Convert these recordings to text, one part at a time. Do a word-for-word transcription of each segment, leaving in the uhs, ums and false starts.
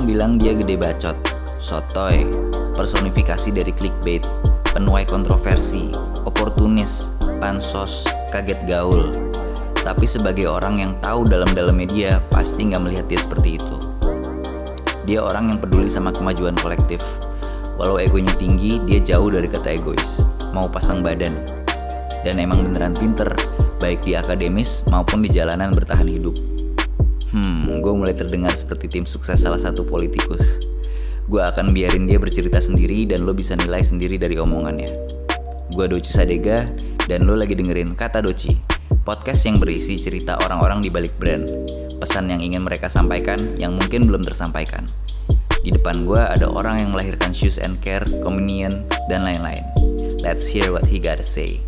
Orang bilang dia gede bacot, sotoy, personifikasi dari clickbait, penuai kontroversi, oportunis, pansos, kaget gaul. Tapi sebagai orang yang tahu dalam-dalamnya dia, pasti gak melihat dia seperti itu. Dia orang yang peduli sama kemajuan kolektif. Walau egonya tinggi, dia jauh dari kata egois. Mau pasang badan. Dan emang beneran pinter, baik di akademis maupun di jalanan bertahan hidup. Hmm, gue mulai terdengar seperti tim sukses salah satu politikus. Gue akan biarin dia bercerita sendiri dan lo bisa nilai sendiri dari omongannya. Gue Doci Sadega dan lo lagi dengerin Kata Doci, podcast yang berisi cerita orang-orang di balik brand, pesan yang ingin mereka sampaikan yang mungkin belum tersampaikan. Di depan gue ada orang yang melahirkan Shoes and Care, Communion, dan lain-lain. Let's hear what he gotta say.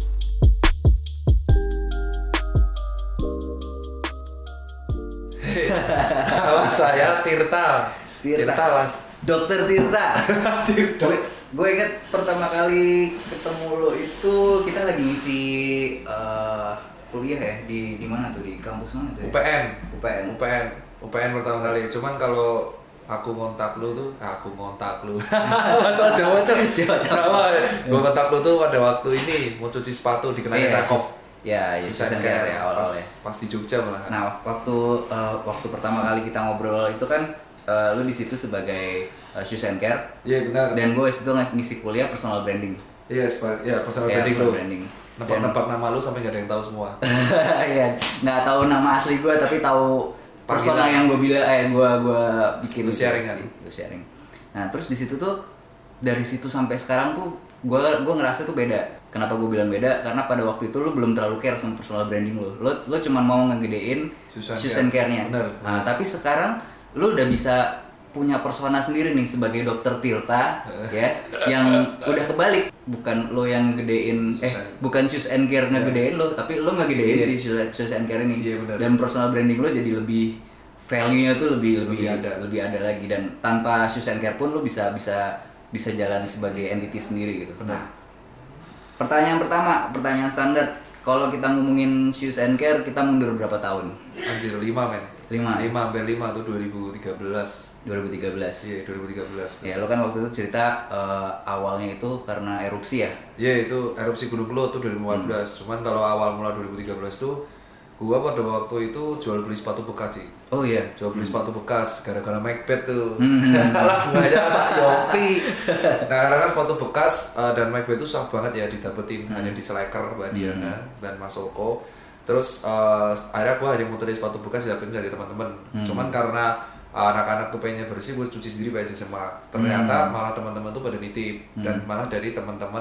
Nama saya Tirta. Tirta, Tirta mas. Dokter Tirta. Gue inget pertama kali ketemu lo itu kita lagi ngisi uh, kuliah ya di di mana tuh, di kampus mana tuh? Ya? U P N. U P N. U P N. U P N pertama kali. Cuman kalau aku ngontak lu tuh, aku ngontak lu. Masa Jawa Jawa. Jawa. Jawa. Gue kontak lu tuh pada waktu ini mau cuci sepatu dikenalin Iya, Rakop. Ya, ya, Susan Care ya awal-awal pas, ya. pas di Jogja malah. Nah, waktu uh, waktu pertama kali kita ngobrol itu kan uh, lu di situ sebagai uh, Shoes and Care. Iya benar. Dan gue itu ngisi kuliah personal branding. Iya, yes, ya personal Ya, branding personal lu. branding. Nebak-nebak nama lu sampai gak ada yang tahu semua. Iya, nggak tahu nama asli gue tapi tahu personal yang gue bilang, eh gue gue bikin. Lu sharing kan? Lu sharing. Nah, terus di situ tuh dari situ sampai sekarang tuh gue gue ngerasa tuh beda. Kenapa gue bilang beda? Karena pada waktu itu lu belum terlalu care sama personal branding lu. Lu lu cuma mau ngegedein Shoes and Care-nya. Bener. Nah, tapi sekarang lu udah bisa punya persona sendiri nih sebagai dokter Tirta ya, yang udah kebalik. Bukan lo yang ngegedein eh bukan Shoes and Care ngegedein lo, tapi lo ngegedein yeah. si Shoes and Care ini. Yeah, bener. Dan personal branding lo jadi lebih value-nya tuh lebih lebih, lebih ada lebih ada lagi, dan tanpa Shoes and Care pun lo bisa bisa bisa jalan sebagai entity sendiri gitu. Bener. Nah, pertanyaan pertama, pertanyaan standar. Kalau kita ngomongin Shoes and Care, kita mundur berapa tahun? Anjir, lima men. lima. lima hampir lima tuh dua ribu tiga belas. dua ribu tiga belas. Iya, dua ribu tiga belas. Ya, lo kan waktu itu cerita uh, awalnya itu karena erupsi ya? Iya, itu erupsi Gunung Kelo tuh dua ribu empat belas. Hmm. Cuman kalau awal mula dua ribu tiga belas tuh gua pada waktu itu jual beli sepatu bekas sih. Oh iya, jual beli hmm. sepatu bekas gara-gara Macbeth tuh. Hmm. Lagunya Pak Yofi. Nah, karena kan sepatu bekas uh, dan Macbeth itu susah banget ya didapetin, hmm. hanya di Slacker, Mbak Diana hmm. dan Mas Oko. Terus uh, akhirnya gue hanya muterin sepatu bekas didapetin dari teman-teman. Hmm. Cuman karena uh, anak-anak tuh pengennya bersih, gue cuci sendiri pakai jasa semak. Ternyata hmm. malah teman-teman tuh pada nitip hmm. dan malah dari teman-teman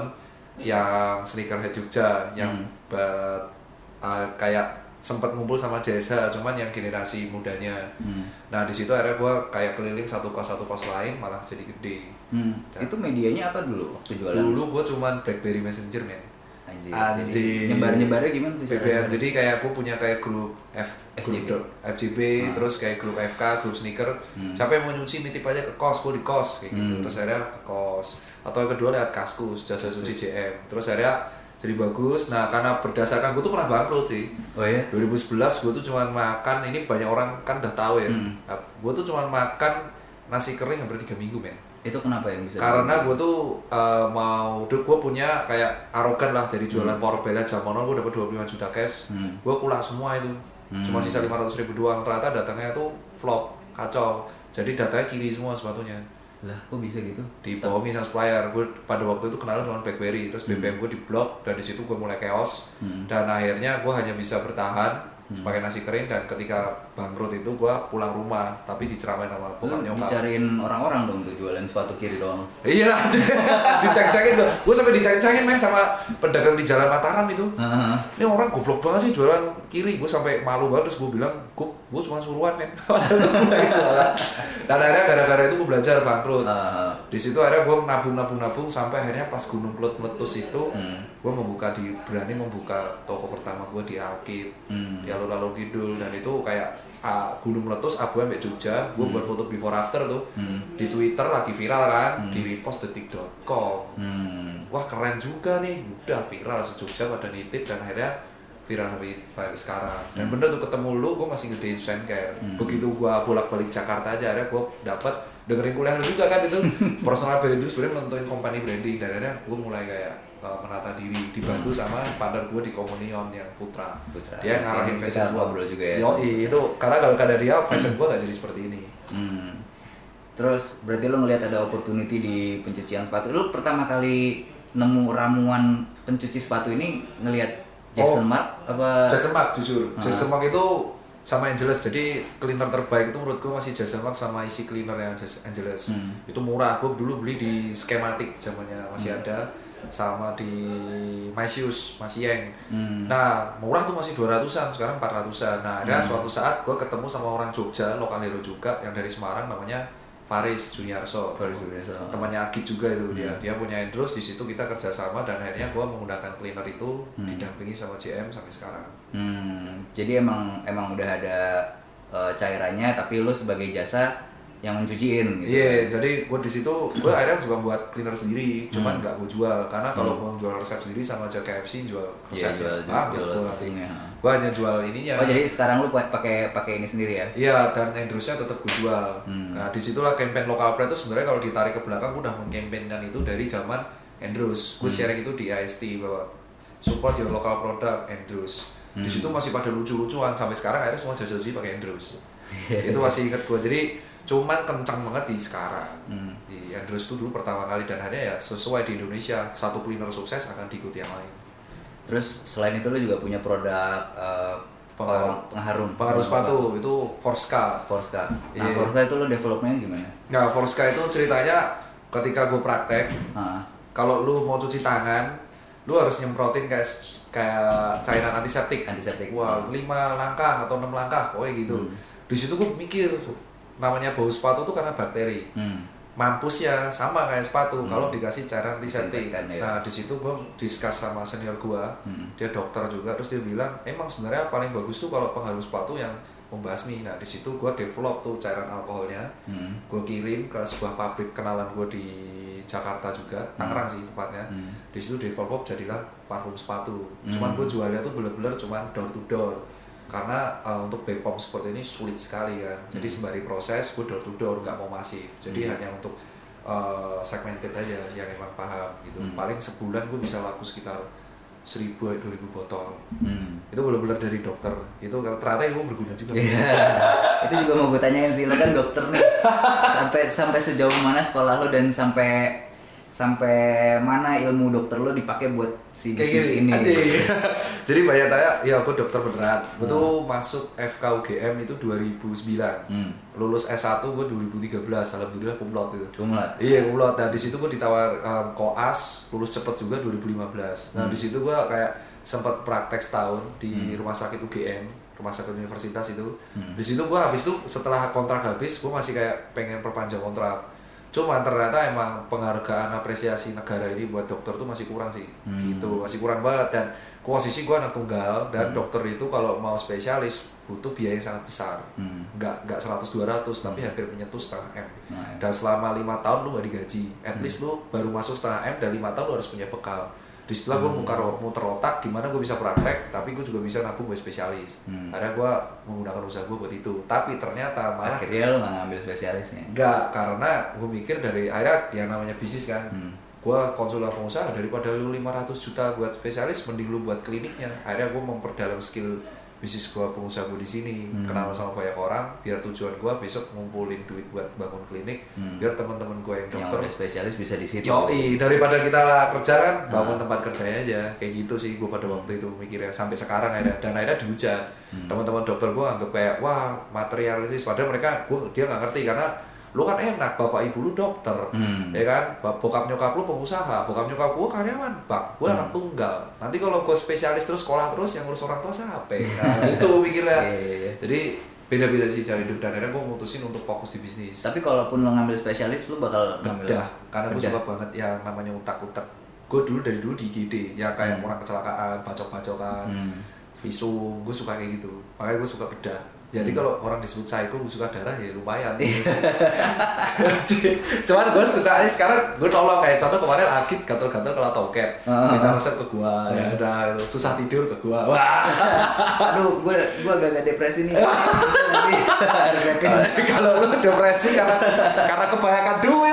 yang sneakerhead Jogja yang hmm. bet, uh, kayak sempat ngumpul sama J S H, cuman yang generasi mudanya. Hmm. Nah di situ akhirnya gue kayak keliling satu kos satu kos lain malah jadi gede. Hmm. Itu medianya apa dulu waktu jualan? Dulu gue cuman BlackBerry Messenger men. Anjir. Anjir. Nyebar-nyebarnya gimana tuh? B B M. Jadi kayak aku punya kayak grup F F J B, grup F J B, hmm. terus kayak grup F K, grup sneaker. Hmm. Siapa yang mau nyuci nitip aja ke kos, gue di kos kayak gitu. Hmm. Terus akhirnya ke kos. Atau yang kedua lewat Kaskus, jasa suci J M. Terus akhirnya jadi bagus. Nah karena berdasarkan gue tuh pernah bangkrut sih. Oh ya? dua ribu sebelas gue tuh cuma makan, ini banyak orang kan udah tahu ya. Hmm. Gue tuh cuma makan nasi kering hampir tiga minggu men. Itu kenapa yang bisa? Karena gue tuh uh, mau, gue punya kayak arogan lah dari jualan hmm. Powerbella Jamono, gue dapat dua puluh lima juta cash, hmm. gue kulah semua itu, hmm. cuma sisa lima ratus ribu doang. Ternyata datangnya tuh flop, kacau. Jadi datanya kiri semua sepatunya. Lah, kok bisa gitu? Dibohongin sama supplier. Gue pada waktu itu kenal sama BlackBerry, terus B B M hmm. gue diblok dan di situ gue mulai chaos. Hmm. Dan akhirnya gue hanya bisa bertahan hmm. pakai nasi kering, dan ketika bangkrut itu gue pulang rumah tapi diceramain sama bokap nyokap. Dicariin orang-orang dong tuh jualan sepatu kiri doang. Iya lah, diceng-cengin dong. Gue sampai diceng-cengin main sama pedagang di Jalan Mataram itu. Uh-huh. Ini orang goblok banget sih jualan kiri. Gue sampai malu banget, terus gue bilang, gue gue cuma suruhan men. Dan akhirnya gara-gara itu gue belajar bangkrut. Uh-huh. Di situ akhirnya gue nabung-nabung-nabung sampai akhirnya pas gunung Kelut meletus itu, hmm. gue membuka di berani membuka toko pertama gue di Alkit, hmm. di alur-alur Kidul, dan itu kayak Uh, gunung meletus Abu Mbak Jogja, gue hmm. buat foto before after tuh hmm. di Twitter lagi viral kan, hmm. di repost detik dot com. Hmm. Wah keren juga nih, udah viral se-Jogja pada nitip, dan akhirnya viral sampai sekarang. Dan hmm. bener tuh ketemu lu, gue masih gedein Shoes and Care. Hmm. Begitu gue bolak-balik Jakarta aja, akhirnya gue dapet dengerin kuliah lu juga kan itu personal branding itu sebenarnya menentuin company branding. Dan akhirnya gue mulai kayak uh, menata diri dibantu hmm. sama partner gue di Komunion yang Putra, Putra. Dia ngarahin fashion gue juga ya. Yo itu karena kalau kada dia fashion gue gak jadi seperti ini. Hmm. Terus berarti lu ngelihat ada opportunity di pencucian sepatu. Lu pertama kali nemu ramuan pencuci sepatu ini ngelihat Jason oh, Mark apa? Jason Mark jujur. Hmm. Jason Mark itu sama Angelus, jadi cleaner terbaik itu menurutku masih Jason Mark sama isi cleaner yang Angelus. Hmm. Itu murah, aku dulu beli di Skematik zamannya masih hmm. ada, sama di Maisius, masih Yang. Hmm. Nah, murah tuh masih dua ratusan, sekarang empat ratusan. Nah, ada hmm. suatu saat gue ketemu sama orang Jogja, lokal hero juga yang dari Semarang namanya Faris Juniarso, temannya Agit juga itu. hmm. dia dia punya Endros, di situ kita kerjasama dan akhirnya gue menggunakan cleaner itu hmm. didampingi sama J M sampai sekarang. Hmm. Jadi emang emang udah ada uh, cairannya, tapi lu sebagai jasa yang mencuciin gitu. Iya, yeah, jadi gue di situ gue akhirnya juga buat cleaner sendiri, cuman nggak hmm. gue jual karena kalau gue hmm. jual resep sendiri sama aja K F C jual resep, yeah, jual, ah, jual, jual nanti. Gue hanya jual ininya. Oh jadi sekarang lu pakai pakai ini sendiri ya? Iya, dan Endrosnya tetap gue jual. Hmm. Nah disitulah campaign lokal pride itu sebenarnya kalau ditarik ke belakang gue udah mengkampanyekan itu dari zaman Endros. Gue hmm. sharing itu di I S T bahwa support your local product Endros. Hmm. Di situ masih pada lucu-lucuan sampai sekarang akhirnya semua jasa jasa pakai Endros. Itu masih inget gue. Jadi cuman kencang banget di sekarang. Hmm. Di Endros itu dulu pertama kali dan akhirnya ya sesuai di Indonesia satu cleaner sukses akan diikuti yang lain. Terus selain itu lu juga punya produk uh, pengharum pengharum, pengharum sepatu itu Forska. Forska. Nah, yeah. Forska itu lu developnya gimana? Nah, Forska itu ceritanya ketika gue praktek, uh. kalau lu mau cuci tangan, lu harus nyemprotin kayak kayak cairan antiseptik. Antiseptik. Wah, lima langkah atau enam langkah, pokoknya gitu. Hmm. Di situ gue mikir, namanya bau sepatu tuh karena bakteri. Hmm. Mampusnya sama kayak sepatu, hmm. kalau dikasih cairan antiseptik. Ya. Nah di situ gue discuss sama senior gue, hmm. dia dokter juga, terus dia bilang emang sebenarnya paling bagus tuh kalau pengharum sepatu yang membasmi. Nah di situ gue develop tuh cairan alkoholnya, hmm. gue kirim ke sebuah pabrik kenalan gue di Jakarta juga, Tangerang hmm. sih tepatnya. Hmm. Di situ develop jadilah parfum sepatu. Hmm. Cuman gue jualnya tuh bener-bener cuman door to door. Karena uh, untuk B P O M seperti ini sulit sekali kan, jadi hmm. sembari proses gue door to door, nggak mau masif, jadi hmm. hanya untuk uh, segmented aja yang emang paham gitu. Hmm. Paling sebulan gue bisa laku sekitar seribu dua ribu botol. Hmm. Itu benar-benar dari dokter. Itu ternyata ilmu berguna juga. Yeah. Itu juga mau gue tanyain sih, lo kan dokter nih. Sampai sampai sejauh mana sekolah lo dan sampai sampai mana ilmu dokter lo dipakai buat si bisnis ini? Jadi banyak tanya, ya aku dokter beneran. Gue hmm. tuh masuk F K U G M itu dua ribu sembilan. Hmm. Lulus S satu gue dua ribu tiga belas, alhamdulillah kumlot gitu. Kumlot. Iya, kumlot. Nah, di situ gue ditawar um, koas, lulus cepet juga dua ribu lima belas. Nah, hmm. di situ gue kayak sempat praktek setahun di hmm. rumah sakit U G M, rumah sakit universitas itu. Hmm. Di situ gue habis itu setelah kontrak habis, gue masih kayak pengen perpanjang kontrak. Cuma ternyata emang penghargaan apresiasi negara ini buat dokter tuh masih kurang sih, hmm. gitu, masih kurang banget. Dan posisi gue anak tunggal dan hmm. dokter itu kalau mau spesialis butuh biaya yang sangat besar, hmm. nggak nggak seratus dua ratus tapi hampir menyentuh setengah M. Nah, ya. Dan selama lima tahun lu nggak digaji, at least hmm. lu baru masuk setengah M dan lima tahun lu harus punya bekal. Disitulah gue muter, muter otak gimana gue bisa praktek, tapi gue juga bisa nabung buat spesialis. Hmm. Akhirnya gue menggunakan usaha gue buat itu. Tapi ternyata malah akhirnya lo nggak ngambil spesialisnya? Nggak, karena gue mikir dari akhirnya yang namanya bisnis kan. Hmm. Gue konsultan pengusaha, daripada lu lima ratus juta buat spesialis, mending lu buat kliniknya. Akhirnya gue memperdalam skill bisnis gue, pengusaha gue di sini, hmm. kenal sama banyak orang, biar tujuan gue besok ngumpulin duit buat bangun klinik, hmm. biar teman-teman gue yang dokter, yang spesialis bisa di situ. Yoi, daripada kita kerja kan bangun hmm. tempat kerjanya aja, kayak gitu sih gue pada waktu itu mikirnya sampai sekarang ada, dan akhirnya dihujat. Hmm. Teman-teman dokter gue anggap kayak wah materialistis, padahal mereka gue dia nggak ngerti karena lu kan enak, bapak ibu lu dokter, hmm. ya kan, bokap nyokap lu pengusaha, bokap nyokap gue karyawan, bak, gue hmm. anak tunggal. Nanti kalau gue spesialis terus sekolah terus, yang ngurus orang tua siapa? Nah, itu mikirnya. Yeah, yeah, yeah. Jadi beda-beda sih cara hidup dan akhirnya gue mutusin untuk fokus di bisnis. Tapi kalaupun lo ngambil spesialis, lo bakal ngambil bedah, karena gue suka banget yang namanya utak-utak. Gue dulu dari dulu di I G D, yang kayak hmm. orang kecelakaan, bacok-bacokan, hmm. visum, gue suka kayak gitu. Makanya gue suka bedah. Jadi hmm. kalau orang disebut psycho suka darah ya lumayan. Cuman gue suka sekarang gue tolong kayak contoh kemarin Agit gatel-gatel kena toket, uh-huh. minta resep ke gue, uh-huh. ya udah susah tidur ke gue. Wah, aduh gue gue agak-agak depresi nih. Kalau lu depresi karena karena kebanyakan duit.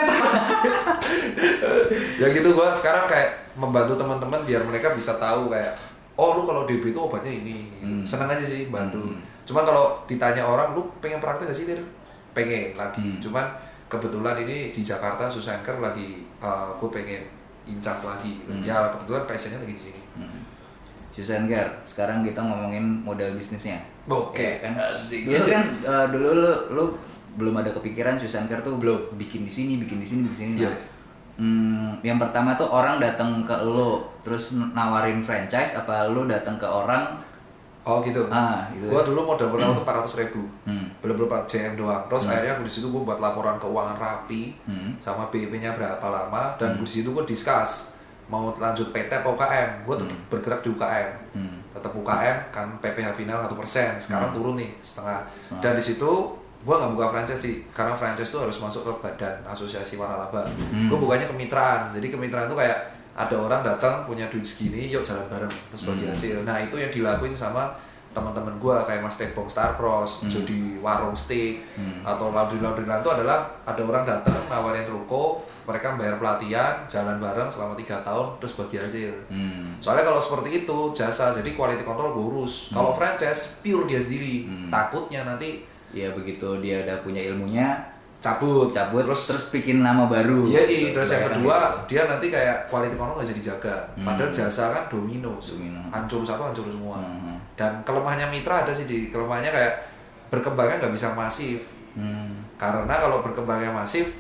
Ya gitu gue sekarang kayak membantu teman-teman biar mereka bisa tahu kayak oh lu kalau D B itu obatnya ini. Hmm. Senang aja sih bantu. Hmm. Cuman kalau ditanya orang, lu pengen praktek gak sih, Dir? Pengen lagi. Hmm. Cuman kebetulan ini di Jakarta Susanker lagi, uh, gue pengen incas lagi. Gitu. Hmm. Ya kebetulan passionnya lagi di sini. Hmm. Susanker, sekarang kita ngomongin model bisnisnya. Oke. Okay. Ya, kan? Dulu kan uh, dulu lu, lu belum ada kepikiran Susanker tuh belum bikin di sini, bikin di sini, bikin di sini. Yeah. Hmm, yang pertama tuh orang datang ke lu, terus nawarin franchise, apa lu datang ke orang? Oh gitu. Ah, gitu. Gua dulu modal pertama tuh empat ratus ribu. Hmm. Belum-belum J M doang. Terus hmm. akhirnya aku di situ gua buat laporan keuangan rapi hmm. sama B E P-nya berapa lama dan hmm. di situ gua discuss mau lanjut P T atau U K M. Gua tetap hmm. bergerak di U K M. Hmm. Tetap U K M kan P P H final satu persen. Sekarang hmm. turun nih setengah. setengah. Dan di situ gua nggak buka franchise sih karena franchise tuh harus masuk ke badan asosiasi waralaba. Hmm. Gua bukanya kemitraan. Jadi kemitraan tuh kayak ada orang datang punya duit segini, yuk jalan bareng terus bagi hasil. Nah itu yang dilakuin sama teman-teman gue kayak Mas Tebong Starcross, hmm. Jody Warung Steak, hmm. atau laundry-laundry lain itu adalah ada orang datang nawarin ruko, mereka bayar pelatihan, jalan bareng selama tiga tahun terus bagi hasil. Hmm. Soalnya kalau seperti itu jasa, jadi quality control gue urus. Hmm. Kalau franchise pure dia sendiri, hmm. takutnya nanti ya begitu dia udah punya ilmunya. cabut, cabut terus terus bikin nama baru. Iya, gitu. Terus yang kedua gitu. Dia nanti kayak quality control nggak bisa dijaga. Hmm. Padahal jasa kan domino, domino. hancur satu hancur semua. Hmm. Dan kelemahannya mitra ada sih, Ji. Kelemahannya kayak berkembangnya nggak bisa masif. Hmm. Karena kalau berkembangnya masif,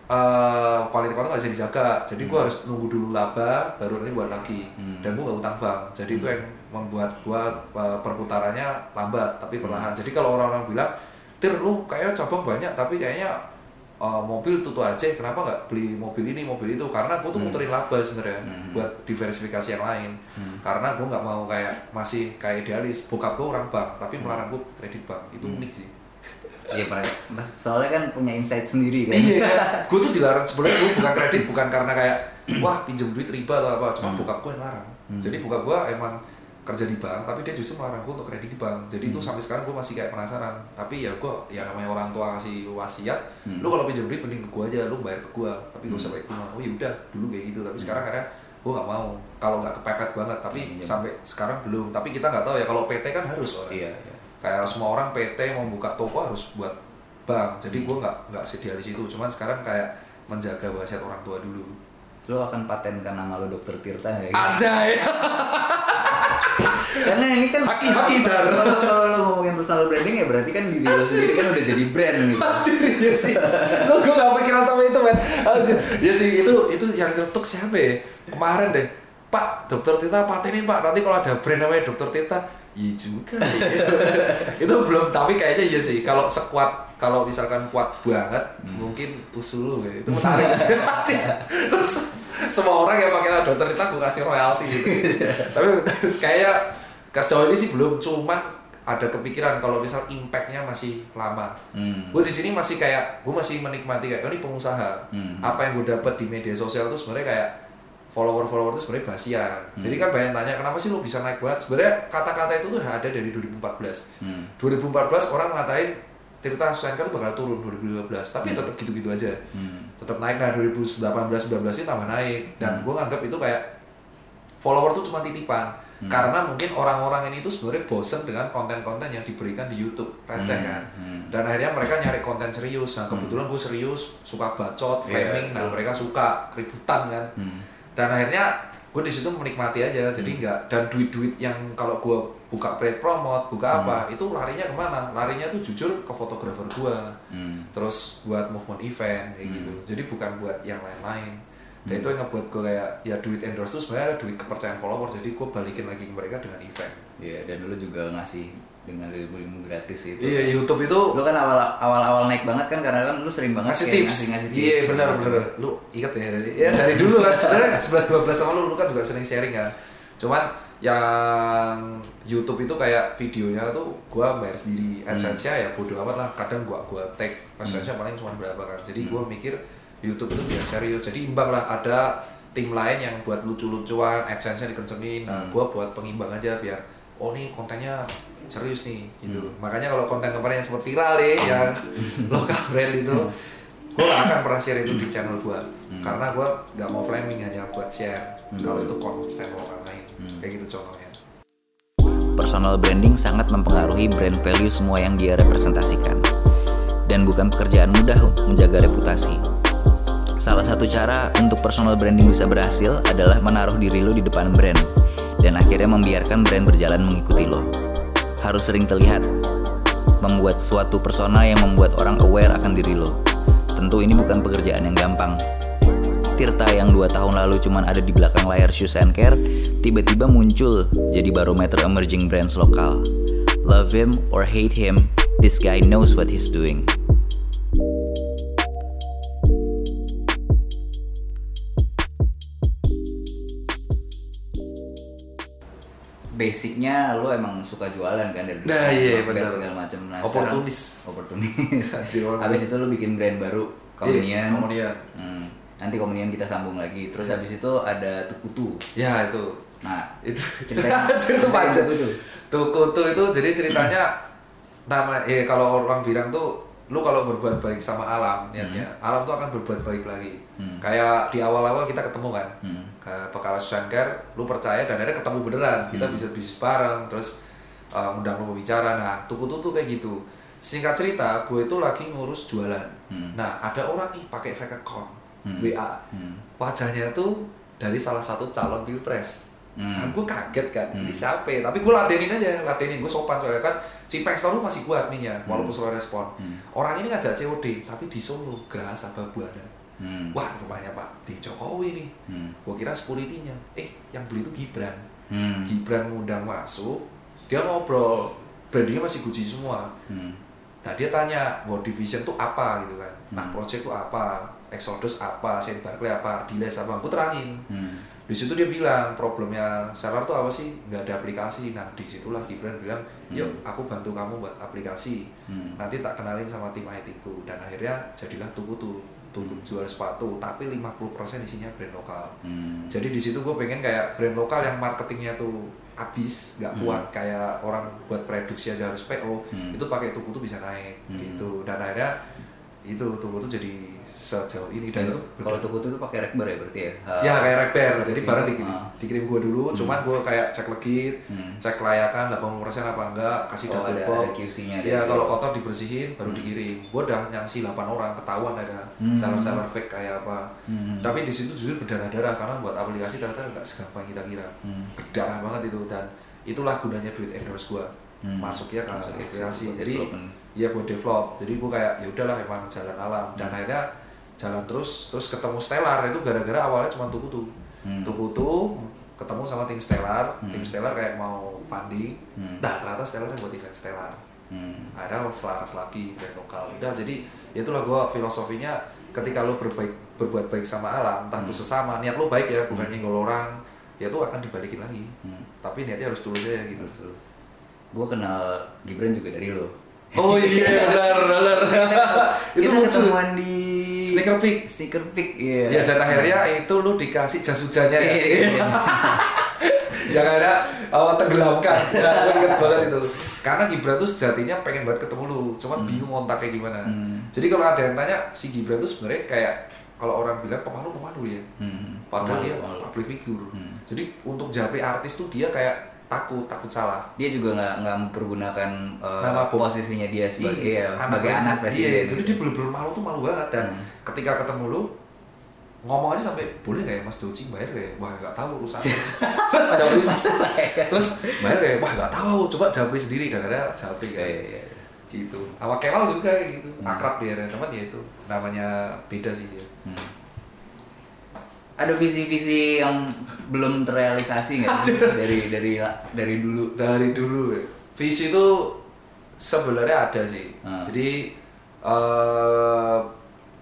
uh, quality control nggak bisa dijaga. Jadi hmm. gue harus nunggu dulu laba, baru nanti buat lagi. Hmm. Dan gue nggak utang bank. Jadi hmm. itu yang membuat gue uh, perputarannya lambat, tapi perlahan. Hmm. Jadi kalau orang-orang bilang Tir, lu kayaknya cabang banyak tapi kayaknya uh, mobil tuh aja, kenapa nggak beli mobil ini, mobil itu? Karena gue tuh hmm. muterin laba sebenarnya hmm. buat diversifikasi yang lain. Hmm. Karena gue nggak mau kayak masih kayak idealis. Bokap gue orang bank, tapi melarang gue kredit bank. Itu hmm. unik sih. Iya, Mas, soalnya kan punya insight sendiri kan. Iya, gue tuh dilarang sebenarnya. Gue bukan kredit, bukan karena kayak wah pinjam duit riba atau apa. Cuma hmm. bokap gue yang larang. Hmm. Jadi bokap gue emang kerja di bank, tapi dia justru melarang gue untuk kredit di bank. Jadi hmm. itu sampai sekarang gue masih kayak penasaran. Tapi ya gue, ya namanya orang tua kasih wasiat, hmm. lu kalau pinjam duit mending ke gue aja, lu bayar ke gue. Tapi gak usah bayar ke gue. Oh yaudah, dulu kayak gitu. Tapi hmm. sekarang karena gue nggak mau. Kalau nggak kepepet banget, tapi hmm. sampai sekarang belum. Tapi kita nggak tahu ya. Kalau P T kan harus orang. Iya, iya. Kayak semua orang P T mau buka toko harus buat bank. Jadi gue nggak nggak sedia di situ. Cuman sekarang kayak menjaga wasiat orang tua dulu. Lo akan patenkan nama lo Dokter Tirta ya? Anjay. Karena ini kan haki-haki dar. Kalau kalau lo ngomongin personal branding ya berarti kan diri lo sendiri kan udah jadi brand gitu. Anjir, ya sih. Lo gue gak pikiran sama itu, men. Anjir. Ya sih, itu itu yang ngetuk siapa ya? Kemarin deh. Pak, Dokter Tirta patenin, Pak. Nanti kalau ada brand namanya Dokter Tirta, iya juga. Itu belum, tapi kayaknya iya sih. Kalau sekuat, kalau misalkan kuat banget, hmm. mungkin usul lo kayak itu menarik. Terus semua orang yang pakai Dokter Tirta gue kasih royalti gitu. Tapi kayak sejauh ini sih belum, cuman ada kepikiran kalau misal impact-nya masih lama. Hmm. Gue di sini masih kayak gue masih menikmati kayak oh, ini pengusaha. Hmm. Apa yang gue dapat di media sosial tuh sebenarnya kayak follower-follower itu sebenarnya basian. Hmm. Jadi kan banyak tanya kenapa sih lo bisa naik banget? Sebenarnya kata-kata itu tuh ada dari dua ribu empat belas. Hmm. dua ribu empat belas orang ngatain Tirta Susanker tuh bakal turun dua ribu lima belas, tapi hmm. tetap gitu-gitu aja. Hmm. Tetap naik. Nah dua ribu delapan belas sembilan belas itu tambah naik. Dan hmm. gue nganggap itu kayak follower tuh cuma titipan. Hmm. Karena mungkin orang-orang ini tuh sebenarnya bosen dengan konten-konten yang diberikan di YouTube receh hmm. kan. Hmm. Dan akhirnya mereka nyari konten serius. Nah kebetulan gue serius, suka bacot, flaming. Yeah, nah mereka suka keributan kan. Hmm. Dan akhirnya gue di situ menikmati aja. Jadi enggak, dan duit-duit yang kalau gue buka paid promote, buka hmm. apa, itu larinya kemana? Larinya tuh jujur ke fotografer gue. Hmm. Terus buat movement event kayak hmm. gitu. Jadi bukan buat yang lain-lain. Dan hmm. itu yang ngebuat gue kayak ya duit endorse tuh sebenarnya duit kepercayaan follower, jadi gue balikin lagi ke mereka dengan event. Iya, dan lu juga ngasih dengan ilmu-ilmu gratis itu. Iya, kan? YouTube itu lu kan awal awal-awal naik banget kan karena kan lu sering banget ngasih tips. Ngasih, ngasih tips. Iya, benar benar. Lu ingat ya dari ya dari dulu kan sebenarnya sebelas dua belas sama lu lu kan juga sering sharing kan. Cuman yang YouTube itu kayak videonya tuh gua bayar sendiri, AdSense-nya ya bodo amat lah, kadang gua gua tag, AdSense-nya paling cuma berapa kan. Jadi gua mikir YouTube itu biar serius, jadi imbang lah, ada tim lain yang buat lucu-lucuan, AdSense-nya dikencengin, nah gua buat pengimbang aja biar oh nih kontennya serius nih gitu. Hmm. Makanya kalau konten kemarin yang sempat viral nih yang lokal brand itu, gue gak akan pernah share itu di channel gue, hmm. karena gue gak mau framing, hanya buat share hmm. kalau itu konten orang lain, hmm. kayak gitu contohnya. Personal branding sangat mempengaruhi brand value semua yang dia representasikan, dan bukan pekerjaan mudah menjaga reputasi. Salah satu cara untuk personal branding bisa berhasil adalah menaruh diri lo di depan brand, dan akhirnya membiarkan brand berjalan mengikuti lo. Harus sering terlihat, membuat suatu persona yang membuat orang aware akan diri lo. Tentu ini bukan pekerjaan yang gampang. Tirta yang dua tahun lalu cuman ada di belakang layar Shoes and Care, tiba-tiba muncul jadi barometer emerging brands lokal. Love him or hate him, this guy knows what he's doing. Basicnya lo emang suka jualan kan dari nah, iya, benar segala macam. Nah, oportunis, oportunis. Habis itu lo bikin brand baru, Komunian. Iya, Komunian. Hmm. Nanti Komunian kita sambung lagi. Terus yeah. habis itu ada Tukutu. Ya itu. Nah itu ceritanya cerita panjang. Tukutu itu jadi ceritanya nama, eh kalau orang bilang tuh lu kalau berbuat baik sama alam, niatnya hmm. alam tuh akan berbuat baik lagi. Hmm. Kayak di awal-awal kita ketemu kan, hmm. ke perkara Shankar, lu percaya dan akhirnya ketemu beneran. Kita hmm. bisa bisnis bareng, terus uh, undang lu bicara. Nah, Tukutu tuh kayak gitu. Singkat cerita, gue itu lagi ngurus jualan. Hmm. Nah, ada orang nih pakai fake account, hmm. W A, hmm. wajahnya tuh dari salah satu calon pilpres. Hmm. Kan gue kaget kan, hmm. ini siapa? Tapi gue ladenin aja, ladenin. Gue sopan soalnya kan. Cipeng Store masih gue adminnya, walaupun selalu respon. Hmm. Orang ini ngajak C O D, tapi di Solo, Geraha Sababwana. Hmm. Wah, rumahnya Pak di Jokowi nih. Hmm. Gue kira security-nya. Eh, yang beli itu Gibran. Hmm. Gibran ngundang masuk, dia ngobrol. Brandingnya masih Gucci semua. Hmm. Nah, dia tanya, World Division tuh apa gitu kan. Hmm. Nah, project tuh apa, Exodus apa, Saint Barclay apa, Diles apa, gue terangin. Hmm. Di situ dia bilang problemnya seller tuh apa sih, nggak ada aplikasi. Nah disitulah Gibran bilang, yuk hmm. aku bantu kamu buat aplikasi, hmm. nanti tak kenalin sama tim I T ku. Dan akhirnya jadilah Tukutu, Tukutu hmm. jual sepatu tapi lima puluh persen isinya brand lokal. hmm. Jadi di situ gue pengen kayak brand lokal yang marketingnya tuh habis, nggak kuat, hmm. kayak orang buat produksi aja harus P O, hmm. itu pakai Tukutu bisa naik. hmm. gitu. Dan akhirnya itu Tukutu jadi sejauh ini. Dan ya, itu kalau Tukutu itu pakai rekber ya berarti ya? Uh, ya kayak rekber, jadi barang dikirim, uh. dikirim gue dulu, hmm. cuman gue kayak cek legit, hmm. cek kelayakan delapan puluh persen apa enggak, kasih oh, double box. Q C-nya. Ya kalau kotor dibersihin baru hmm. dikirim. Gue udah nyangsi delapan orang, ketahuan ada hmm. seller-seller fake kayak apa. Hmm. Tapi di situ jujur berdarah-darah karena buat aplikasi ternyata nggak segampang kita kira. Hmm. Berdarah banget itu, dan itulah gunanya duit endorse gue. Hmm. Masuknya ke aplikasi. Jadi ya buat develop. Jadi gue kayak ya udahlah emang jalan alam, dan hmm. akhirnya jalan terus, terus ketemu Stellar itu gara-gara awalnya cuma Tukutu. Hmm. Tukutu ketemu sama tim Stellar, hmm. tim Stellar kayak mau funding, hmm. dah ternyata Stellar yang buat event Stellar. Hmm. Akhirnya selaras lagi brand lokal. Udah, jadi itulah gua filosofinya, ketika lo berbaik, berbuat baik sama alam, entah itu hmm. sesama, niat lo baik ya, bukan hmm. nyenggol orang, ya itu akan dibalikin lagi. Hmm. Tapi niatnya harus tulus aja gitu. Harus. Gua kenal Gibran juga dari lo. Oh iya, benar, benar. Itu ketemuan di Sneaker Peak, Sneaker Peak, iya. Ya, dan akhirnya itu lu dikasih jas hujannya ya. Yang ada oh, tenggelamkan. Ya, gue inget banget itu. Karena Gibran tuh sejatinya pengen banget ketemu lu, cuma hmm. bingung kontak kayak gimana. Hmm. Jadi kalau ada yang tanya, si Gibran tuh sebenarnya kayak kalau orang bilang pemalu-pemalu ya. Hmm. Padahal dia public figure. Hmm. Jadi untuk japri artis tuh dia kayak takut takut salah. Dia juga nggak nggak mempergunakan uh, nama posisinya dia sebagai iya, ya, sebagai anak presiden. Iya, jadi dia bener-bener malu tuh malu banget, dan hmm. ketika ketemu lu ngomong aja sampai boleh nggak ya Mas Doci bayar ya? Wah nggak tahu urusan. Terus jawab terus bayar ya? Wah nggak tahu, coba jawab sendiri, dan ada jawab kayak iya, iya. gitu. Sama Kemal juga kayak gitu, hmm. akrab dia, teman ya itu namanya beda sih dia. Hmm. Ada visi-visi yang belum terrealisasi nggak dari dari dari dulu? Dari dulu ya. Visi itu sebenarnya ada sih. Hmm. Jadi uh,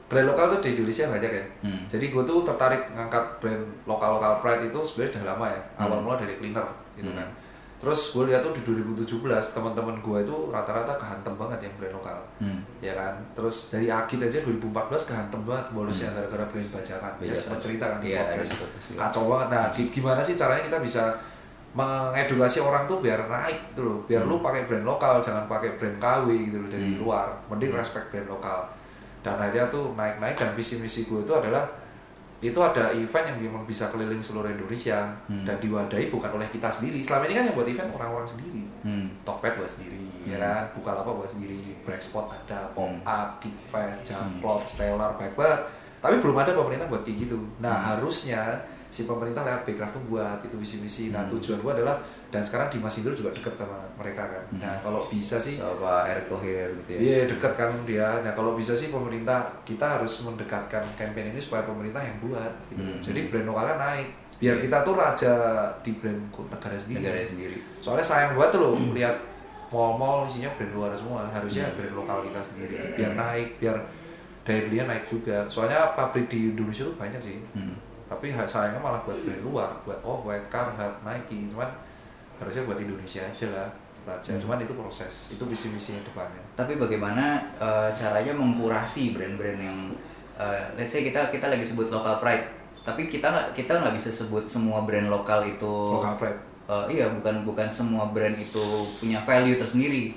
brand lokal tuh di Indonesia banyak ya. Hmm. Jadi gue tuh tertarik ngangkat brand lokal-lokal pride itu sebenarnya udah lama ya. Hmm. Awal mula dari cleaner gitu Hmm. kan. Terus gue lihat tuh di dua ribu tujuh belas teman-teman gue itu rata-rata kehantem banget yang brand lokal. Hmm. Ya kan. Terus dari Agit aja dua ribu empat belas kehantem banget bolosnya Hmm. gara-gara brand bajakan. Dia Bajakan. sempat cerita kan di Iya, podcast. ada podcast, iya. Kacau banget. Nah, gi- gimana sih caranya kita bisa mengedukasi orang tuh biar naik gitu loh. Biar Hmm. lu pakai brand lokal, jangan pakai brand K W gitu loh dari Hmm. luar. Mending respect brand lokal. Dan akhirnya tuh naik-naik dan visi misi gue itu adalah itu ada event yang memang bisa keliling seluruh Indonesia Hmm. dan diwadahi bukan oleh kita sendiri. Selama ini kan yang buat event orang-orang sendiri. Hmm. Tokped buat sendiri, ya Hmm. kan? Bukalapak buat sendiri, Breakspot ada, Pop Hmm. Up, Geekfest, Jamplot, Stellar, baik banget. Tapi belum ada pemerintah buat kayak gitu. Nah Hmm. harusnya si pemerintah lewat Backcraft tuh buat itu visi-misi. Nah Hmm. tujuan gua adalah dan sekarang Dimas Indro juga deket sama mereka kan. Hmm. Nah kalau bisa sih Coba Erick Thohir gitu ya. iya deket kan dia. Nah kalau bisa sih pemerintah kita harus mendekatkan campaign ini supaya pemerintah yang buat gitu. Hmm. Jadi brand lokalnya naik biar Iya. kita tuh raja di brand negara sendiri. Negara sendiri. Soalnya sayang banget tuh loh lihat mall-mall isinya brand luar semua. Harusnya Hmm. brand lokal kita sendiri biar naik, biar daya belinya naik juga. Soalnya pabrik di Indonesia tuh banyak sih. Hmm. Tapi ha- sayangnya malah buat brand luar, buat Off-White, Carhartt, Nike. Cuman harusnya buat Indonesia aja lah. Raja. Hmm. Cuman itu proses, itu visi-misi depannya. Tapi bagaimana uh, caranya mengkurasi brand-brand yang uh, let's say kita kita lagi sebut local pride, tapi kita nggak kita nggak bisa sebut semua brand lokal itu Local pride. uh, iya bukan bukan semua brand itu punya value tersendiri.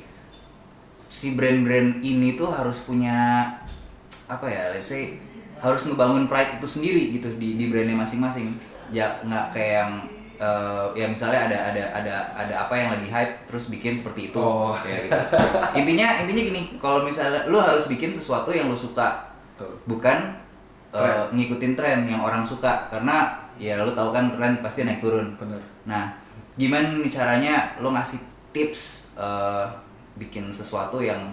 Si brand-brand ini tuh harus punya apa ya, let's say harus ngebangun pride itu sendiri gitu di di brandnya masing-masing. Ya nggak kayak yang uh, ya misalnya ada ada ada ada apa yang lagi hype terus bikin seperti itu. Oh. Ya, gitu. intinya intinya gini, kalau misalnya lu harus bikin sesuatu yang lu suka, Betul. bukan uh, Tren. ngikutin tren yang orang suka, karena ya lu tahu kan tren pasti naik turun. Bener. Nah, gimana nih caranya lo ngasih tips uh, bikin sesuatu yang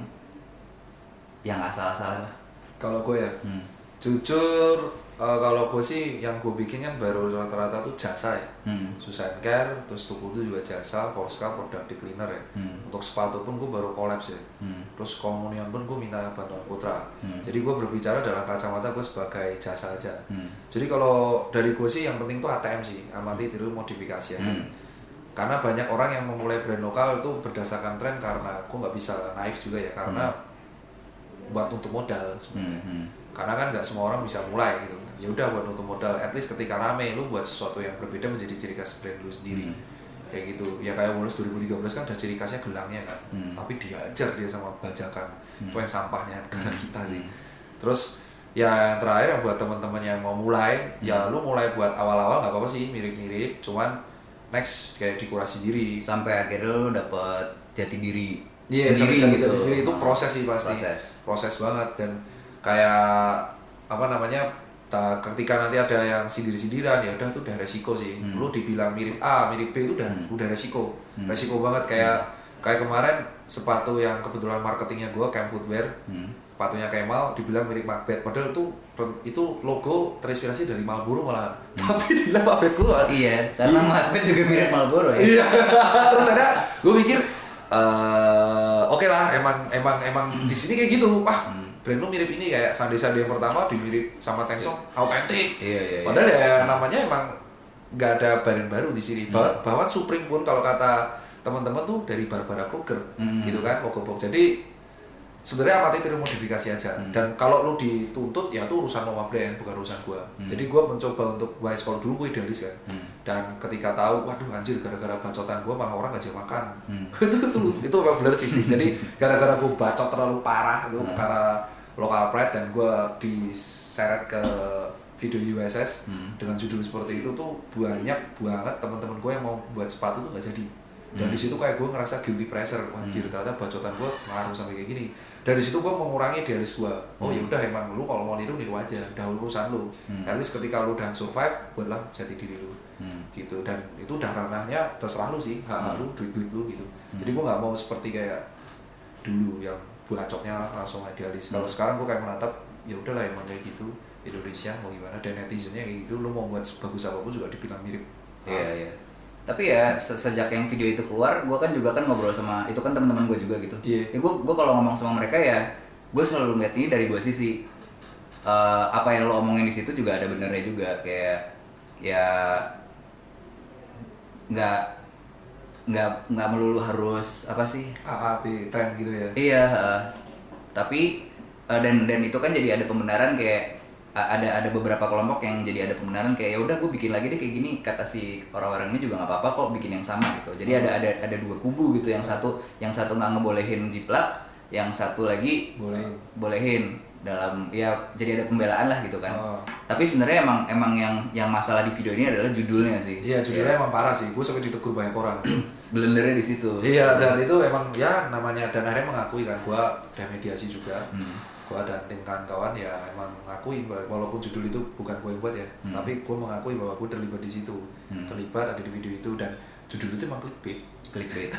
yang asal-asalan lah. Kalau gue ya, Hmm. jujur uh, kalau gue sih yang gue bikin kan baru rata-rata tuh jasa ya. Hmm. Susan Care, terus tuku itu juga jasa, Forska, produk di cleaner ya. Hmm. Untuk sepatu pun gue baru kolaps ya. Hmm. Terus komunion pun gue minta bantuan Putra. Hmm. Jadi gue berbicara dalam kacamata gue sebagai jasa aja. Hmm. Jadi kalau dari gue sih yang penting tuh A T M sih, amati tiru modifikasi aja. Hmm. Karena banyak orang yang memulai brand lokal itu berdasarkan tren karena gue nggak bisa naif juga ya karena buat untuk modal sebenarnya. Hmm. Hmm. Karena kan nggak semua orang bisa mulai gitu. Ya udah buat untuk modal. At least ketika rame lu buat sesuatu yang berbeda menjadi ciri khas brand lu sendiri. Hmm. Kayak gitu. Ya kayak Woolworths dua ribu tiga belas kan ada ciri khasnya gelangnya kan. Hmm. Tapi diajar dia sama bajakan. Hmm. Itu yang sampahnya negara kita sih. Hmm. Terus ya yang terakhir yang buat teman-teman yang mau mulai, Hmm. ya lu mulai buat awal-awal nggak apa-apa sih, mirip-mirip, cuman next kayak dikurasi diri. Sampai akhirnya lo dapet jati diri Iya, sendiri sampai gitu. jati sendiri itu proses sih pasti. Proses. Proses banget dan kayak apa namanya? ta- ketika nanti ada yang sindir-sindiran ya udah itu udah resiko sih. Hmm. Lu dibilang mirip A, mirip B itu udah Hmm. udah resiko. Hmm. Resiko banget kayak kayak kemarin sepatu yang kebetulan marketingnya gua Camp Footwear. Hmm. Sepatunya Kemal dibilang mirip Macbeth, padahal itu itu logo terinspirasi dari Marlboro malahan. Tapi dibilang Macbeth gua. Iya, karena Macbeth juga mirip Marlboro ya. Iya. Terus ada gue mikir eh oke lah, emang emang emang di sini kayak gitu. Wah, Hmm. brand lu mirip ini kayak Sandi-Sandi yang pertama dimirip sama Tengsong, autentik. Iya, iya, iya. Padahal ya namanya emang nggak ada brand baru di sini. Bahkan, bahkan Supreme pun kalau kata teman-teman tuh dari Barbara Kruger, Hmm. gitu kan, logo box. Jadi sebenarnya amati tiru modifikasi aja. Hmm. Dan kalau lu dituntut ya itu urusan lo sama brand, bukan urusan gua. Hmm. Jadi gua mencoba untuk wise, kalau dulu gua idealis kan. Hmm. Dan ketika tahu, waduh anjir gara-gara bacotan gua malah orang gak jadi makan. Hmm. itu tuh itu memang bener sih. Jadi gara-gara gua bacot terlalu parah itu Hmm. karena local pride dan gua diseret ke video U S S Hmm. dengan judul seperti itu tuh banyak banget teman-teman gua yang mau buat sepatu tuh gak jadi. Dan Hmm. di situ kayak gue ngerasa guilty pressure, anjir Hmm. ternyata bacotan gue ngaruh sampai kayak gini. Dan di situ gue mengurangi idealis gue. Oh Hmm. ya udah emang lu kalau mau niru niru aja, dah urusan lu. Hmm. At least ketika lu udah survive, buatlah jati diri lu. Hmm. Gitu. Dan itu udah ranahnya terserah lu sih, hak Hmm. lu, duit duit lu gitu. Hmm. Jadi gue nggak mau seperti kayak dulu yang bacotnya langsung idealis. Kalau Hmm. sekarang gue kayak menatap, ya udahlah emang kayak gitu Indonesia mau gimana. Dan netizennya kayak gitu, lu mau buat sebagus apapun juga dibilang mirip. Iya, iya. Tapi ya se- sejak yang video itu keluar, gue kan juga kan ngobrol sama itu kan teman-teman gue juga gitu. Iya. Ya gue gue kalau ngomong sama mereka ya, gue selalu ngeliat ini dari dua sisi. uh, apa yang lo omongin di situ juga ada benernya juga, kayak ya nggak nggak nggak melulu harus apa sih A A B tren gitu ya. iya uh, tapi uh, dan dan itu kan jadi ada pembenaran, kayak uh, ada ada beberapa kelompok yang jadi ada pembenaran kayak ya udah gue bikin lagi deh kayak gini, kata si orang-orang ini juga nggak apa-apa kok bikin yang sama gitu. Jadi ada ada ada dua kubu gitu, yang satu yang satu nggak ngebolehin jiplak, yang satu lagi Bolehin. bolehin dalam ya, jadi ada pembelaan lah gitu kan. Oh. Tapi sebenarnya emang emang yang yang masalah di video ini adalah judulnya sih. Iya, judulnya emang parah sih. Gue sampai ditegur banyak orang. Blendernya di situ. Iya, dan itu emang ya namanya, dan akhirnya mengakui kan. Gue udah mediasi juga. Hmm. Gue dan tim kawan-kawan ya emang mengakui walaupun judul itu bukan gue yang buat ya, hmm. tapi gue mengakui bahwa gue terlibat di situ, hmm. terlibat ada di video itu, dan judul itu emang clickbait. Clickbait.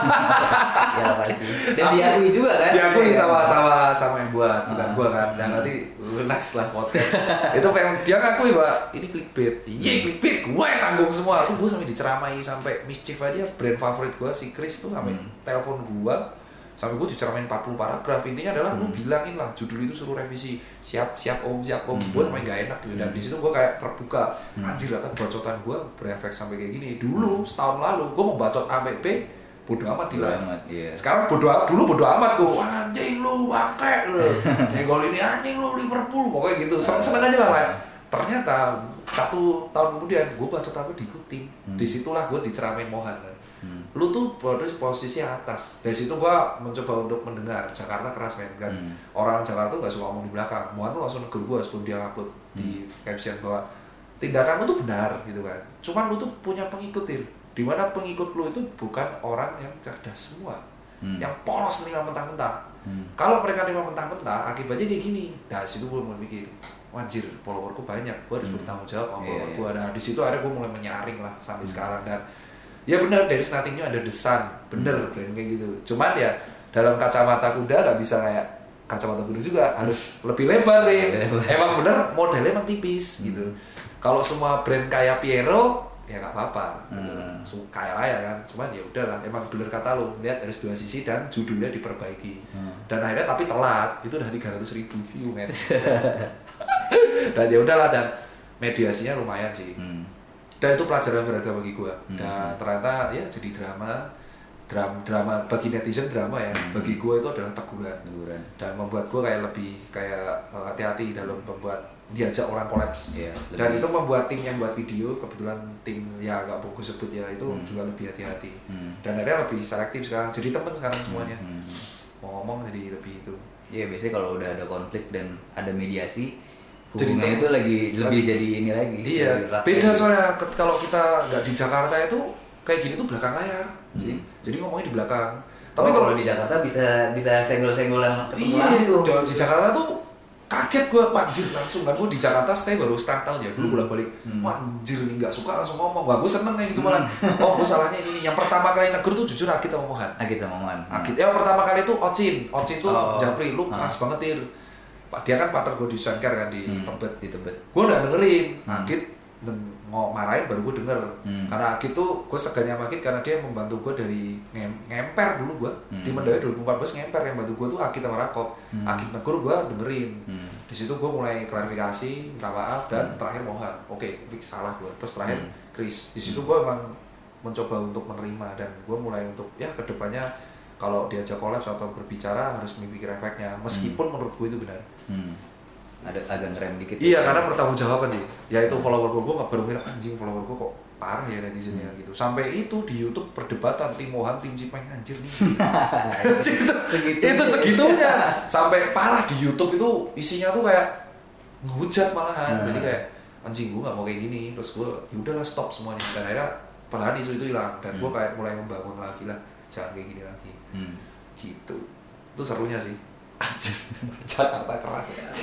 Ya pasti. Dan diakui juga kan? Diakui sama sama sama yang buat, bukan uh, gua kan. Dan nanti next lah podcast. Itu pengen dia ngakui bahwa ini clickbait. Iya clickbait, gua yang tanggung semua. Tuh gua sampai diceramai sampai mischief aja, brand favorit gua si Chris tuh sampai hmm. telepon gua. Sampai gue diceramain empat puluh paragraf. Intinya adalah hmm. lu bilangin lah judul itu suruh revisi. Siap siap om, siap om. Hmm. Gue sampai gak enak gitu. Dan di situ gue kayak terbuka. Hmm. Anjir, kan bacotan gue berefek sampai kayak gini. Dulu setahun lalu gue mau bacot A sampai B, bodo amat di live. Yeah. Sekarang bodo dulu bodo amat gue. Anjing lu bangke lu. Nenggol ini anjing lu Liverpool pokoknya gitu. Seneng-seneng aja lah live. Ternyata satu tahun kemudian gue bacot apa diikutin. Hmm. Disitulah gue diceramain Mohan kan. Hmm. Lu tuh pada posisi atas. Dari situ gua mencoba untuk mendengar. Jakarta keras men kan. Hmm. Orang Jakarta tuh gak suka ngomong di belakang. Muan lu langsung negur gua sebelum dia upload hmm. di caption bahwa tindakanmu tuh benar gitu kan. Cuman lu tuh punya pengikut dir. Dimana pengikut lu itu bukan orang yang cerdas semua. Hmm. Yang polos nih mentah-mentah. Hmm. Kalau mereka nih mentah-mentah akibatnya kayak gini. Nah situ gua mulai mikir, wajir followerku banyak. Gua harus hmm. bertanggung jawab sama follower gua. Nah di situ ada gua mulai menyaring lah sampai hmm. sekarang. Dan ya benar, dari nothing new ada The Sun, bener hmm. brand kayak gitu. Cuman ya dalam kacamata kuda gak bisa kayak kacamata kuda juga, harus lebih lebar nih. Emang bener modelnya emang tipis hmm. gitu. Kalau semua brand kayak Piero ya gak apa-apa, hmm. gitu. Kaya raya kan. Cuman ya udahlah, emang bener kata lu, lihat harus dua sisi dan judulnya diperbaiki. Hmm. Dan akhirnya tapi telat, itu udah tiga ratus ribu view men. Dan ya udahlah, dan mediasinya lumayan sih. Hmm. Dan itu pelajaran berharga bagi gue. Hmm. Dan ternyata ya jadi drama, drama, drama bagi netizen drama ya. Hmm. Bagi gue itu adalah teguran. teguran. Dan membuat gue kayak lebih kayak uh, hati-hati dalam membuat diajak orang kolaps. Yeah, dan itu membuat tim yang buat video, kebetulan tim ya nggak bagus sebut ya, itu hmm. juga lebih hati-hati. Hmm. Dan akhirnya lebih selektif sekarang. Jadi teman sekarang semuanya. Hmm. Mau ngomong jadi lebih itu. Iya, yeah, biasanya kalau udah ada konflik dan ada mediasi, hubungannya itu lagi lebih lagi, jadi ini lagi. Iya. Beda soalnya kalau kita nggak di Jakarta itu kayak gini tuh belakang layar hmm. sih. Jadi ngomongnya di belakang. Tapi oh, kalau di Jakarta bisa bisa senggol-senggolan ketemu iya, langsung. Di Jakarta tuh kaget gue, anjir langsung kan. Gue di Jakarta stay baru setengah tahun ya. Dulu hmm. bolak-balik, hmm. wah anjir nih nggak suka langsung ngomong. Wah gue seneng kayak gitu malah. Hmm. Oh gue salahnya ini. Yang pertama kali negur tuh jujur Agit sama Mohan. Agit sama Mohan. Agit. Yang pertama kali tuh Ocin. Ocin tuh oh, Japri. Lu keras hmm. banget Tir. Dia kan partner gue di Sunker kan di hmm. Tebet. Di Tebet. Gue udah dengerin. Hmm. Agit ngomong marahin baru gue denger. Hmm. Karena Agit tuh gue segannya sama Agit karena dia membantu gue dari ngem ngemper dulu gue. Hmm. Di Mendawi dua ribu empat belas ngemper, yang bantu gue tuh Agit sama Rakop. Hmm. Agit negur gue dengerin. Hmm. Di situ gue mulai klarifikasi, minta maaf, dan hmm. terakhir Mohan. Oke, okay, fix salah gue. Terus terakhir hmm. Chris. Di situ gue emang mencoba untuk menerima, dan gue mulai untuk ya kedepannya kalau diajak kolaps atau berbicara harus memikir efeknya, meskipun hmm. menurut gue itu benar. Hmm. Ada agak ngerem dikit. Iya, ya, karena pertanggung jawaban sih. Yaitu follower gue, gue nggak baru mikir anjing follower gue kok parah ya netizennya hmm. gitu. Sampai itu di YouTube perdebatan tim Mohan, tim Cipeng, anjir nih. itu, segitunya. itu segitunya. Sampai parah di YouTube itu isinya tuh kayak ngehujat malahan. Hmm. Jadi kayak anjing gue nggak mau kayak gini. Terus gue yaudahlah stop semuanya. Dan akhirnya perlahan isu itu hilang. Dan hmm. gue kayak mulai membangun lagi lah. Jangan kayak gini lagi. Hmm. Gitu. Itu serunya sih. Jakarta keras ya.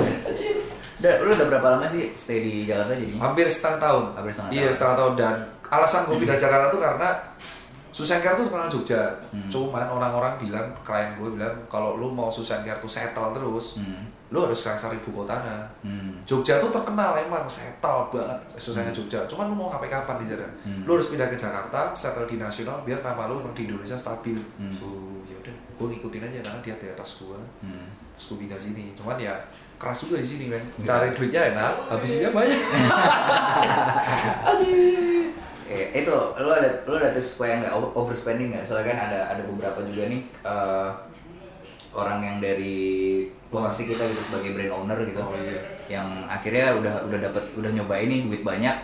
Udah, lu udah berapa lama sih stay di Jakarta jadi? Hampir setengah tahun. Hampir setengah iya, tahun. setengah tahun. Dan alasan gue pindah Jakarta tuh karena Susan Care tuh terkenal Jogja. Hmm. Cuman orang-orang bilang, klien gue bilang kalau lu mau Susan Care tuh settle terus, hmm. lu harus sasar ibu kotanya. Hmm. Jogja tuh terkenal emang settle banget Susannya hmm. Jogja. Cuman lu mau sampai kapan di sana? Hmm. Lu harus pindah ke Jakarta, settle di nasional biar nama lu di Indonesia stabil. Hmm. Uh, gue ngikutin aja karena dia di atas gue. Hmm. terus gue pindah sini. Cuman ya keras juga di sini men, cari duitnya enak, habisnya banyak. Eh, itu lu ada lu ada tips supaya nggak overspending nggak? Soalnya kan ada ada beberapa juga nih uh, orang yang dari posisi kita gitu sebagai brand owner gitu, oh, iya. yang akhirnya udah udah dapat udah nyoba ini duit banyak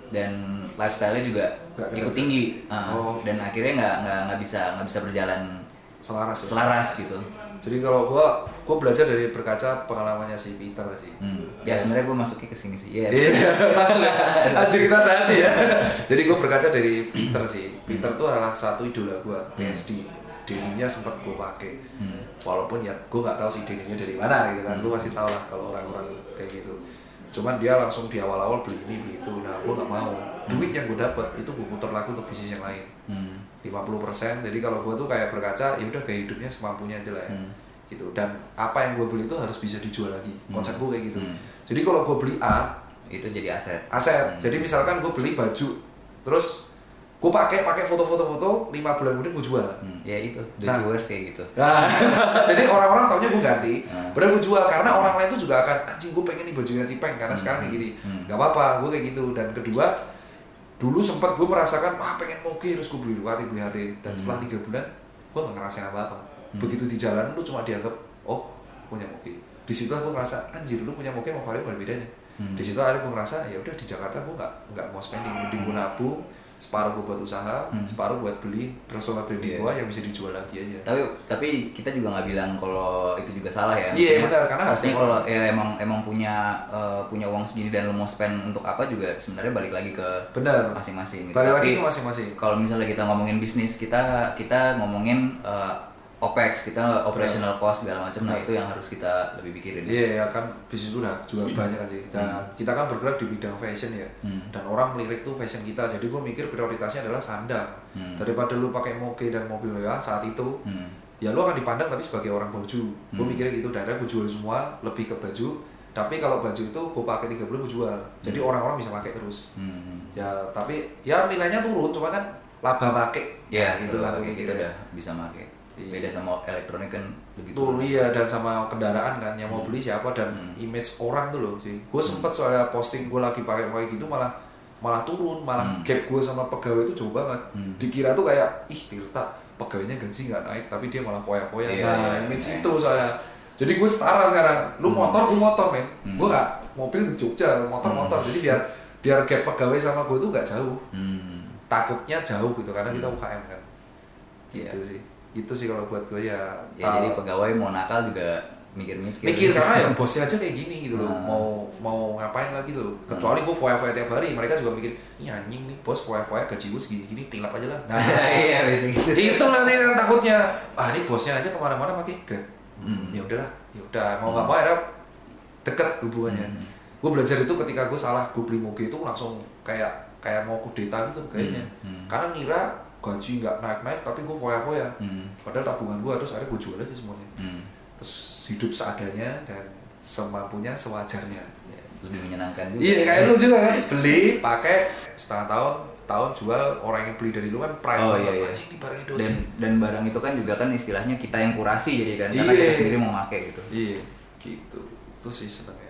dan lifestyle-nya juga gak ikut tinggi, uh, oh. dan akhirnya nggak nggak nggak bisa nggak bisa berjalan selaras, ya? selaras gitu. Jadi kalau gua gua belajar dari berkaca pengalamannya si Peter sih. Hmm. Ya yes. Sebenarnya gua masuknya ke sini sih. Iya. Yeah. Masuk ya. Aja kita sehati ya. Jadi gua berkaca dari Peter sih. Peter tuh adalah satu idola gua, P S D. Denimnya sempat gua pakai. Hmm. Walaupun ya gua nggak tahu sih denimnya dari mana gitu kan. Gua masih tahu lah kalau orang-orang kayak gitu. Cuman dia langsung di awal-awal beli ini beli itu. Nah, gua nggak mau. Duit yang gua dapat itu gua putar lagi untuk bisnis yang lain. Hmm. lima puluh persen. Jadi kalau gue tuh kayak berkaca, ya udah gaya hidupnya semampunya aja lah ya. Hmm. Gitu. Dan apa yang gue beli itu harus bisa dijual lagi. Konsep gue kayak gitu. Hmm. Jadi kalau gue beli A, itu jadi aset. Aset. Hmm. Jadi misalkan gue beli baju, terus gue pakai pakai foto-foto-foto, lima bulan kemudian gue jual. Hmm. Ya itu, nah, viewers kayak gitu. Nah, jadi orang-orang taunya gue ganti, hmm. padahal gue jual karena orang lain tuh juga akan anjing gue pengen nih bajunya Cipeng karena hmm. sekarang kayak gini. Hmm. Gak apa-apa, gue kayak gitu. Dan kedua, dulu sempat gue merasakan wah pengen moge terus gue beli Ducati beli H D dan hmm. setelah tiga bulan gue nggak ngerasain apa-apa. Hmm. Begitu di jalan lu cuma dianggap oh punya moge. Di situ aku ngerasa anjir lu punya moge sama Vario gak ada bedanya. Hmm. Di situ akhirnya gue ngerasa ya udah di Jakarta gue nggak nggak mau spending, mending gue nabung, separuh gue buat usaha, hmm. separuh buat beli personal branding yeah. gue yang bisa dijual lagi aja. Tapi tapi kita juga nggak bilang kalau itu juga salah ya. Iya yeah, benar karena pastinya kalau ya emang emang punya uh, punya uang segini dan lo mau spend untuk apa juga sebenarnya balik lagi ke benar masing-masing. Gitu. Balik tapi, lagi ke masing-masing. Kalau misalnya kita ngomongin bisnis kita kita ngomongin uh, OPEX, kita operational cost segala macam, nah itu yang harus kita lebih pikirin. Iya, yeah, ya kan bisnis itu udah juga banyak kan sih. Dan hmm. kita kan bergerak di bidang fashion ya. Hmm. Dan orang melirik tuh fashion kita. Jadi gue mikir prioritasnya adalah sandang. Hmm. Daripada lu pakai moge dan mobil mewah saat itu, hmm. ya lu akan dipandang tapi sebagai orang baju. Hmm. Gue mikirnya gitu. Dan gue jual semua lebih ke baju. Tapi kalau baju itu gue pakai tiga bulan gue jual. Jadi hmm. orang-orang bisa pakai terus. Hmm. Ya tapi ya nilainya turun, cuma kan laba pakai. Ya, gitu lah kayak gitu udah bisa pakai. Beda sama elektronik kan lebih turun. Tuh iya, dan sama kendaraan kan yang mau beli siapa dan hmm. image orang tuh loh sih. Gue sempet soalnya posting gue lagi pakai kayak gitu malah malah turun, malah hmm. gap gue sama pegawai itu jauh banget. Hmm. Dikira tuh kayak ih Tirta pegawainya gaji nggak naik tapi dia malah foya-foya. Yeah, nah yeah, image yeah. itu soalnya. Jadi gue setara sekarang. Lu hmm. motor, gue motor men. Hmm. Gue nggak mobil di Jogja, motor-motor. Hmm. Jadi biar biar gap pegawai sama gue tuh nggak jauh. Hmm. Takutnya jauh gitu karena hmm. kita U K M kan. Gitu yeah. sih. Itu sih kalau buat gue ya, ya uh, jadi pegawai mau nakal juga mikir-mikir mikir karena ya bosnya aja kayak gini gitu loh. Nah. mau mau ngapain lagi loh, kecuali gue foya-foya tiap hari mereka juga mikir iya anjing nih bos foya-foya gaji gue segini-gini tilap aja lah. Nah iya gitu. Itu nanti kan takutnya ah ini bosnya aja kemana-mana pakai Grab. hmm. Ya udahlah ya udah mau nggak hmm. mau akhirnya deket hubungannya. hmm. Gue belajar itu ketika gue salah gue beli moge itu langsung kayak kayak mau kudeta gitu kayaknya. hmm. Karena ngira gaji nggak naik-naik tapi gue foya-foya. hmm. Padahal tabungan gue terus akhirnya gue jual aja semuanya. hmm. Terus hidup seadanya dan semampunya sewajarnya. Ya, lebih menyenangkan juga. Iya kayak lu juga kan beli pakai setengah tahun setahun jual, orang yang beli dari lu kan prime. Oh iya iya. Ini barang itu dan dan barang itu kan juga kan istilahnya kita yang kurasi jadi kan karena iya. kita sendiri mau pakai gitu. Iya gitu. Itu sih sebenarnya.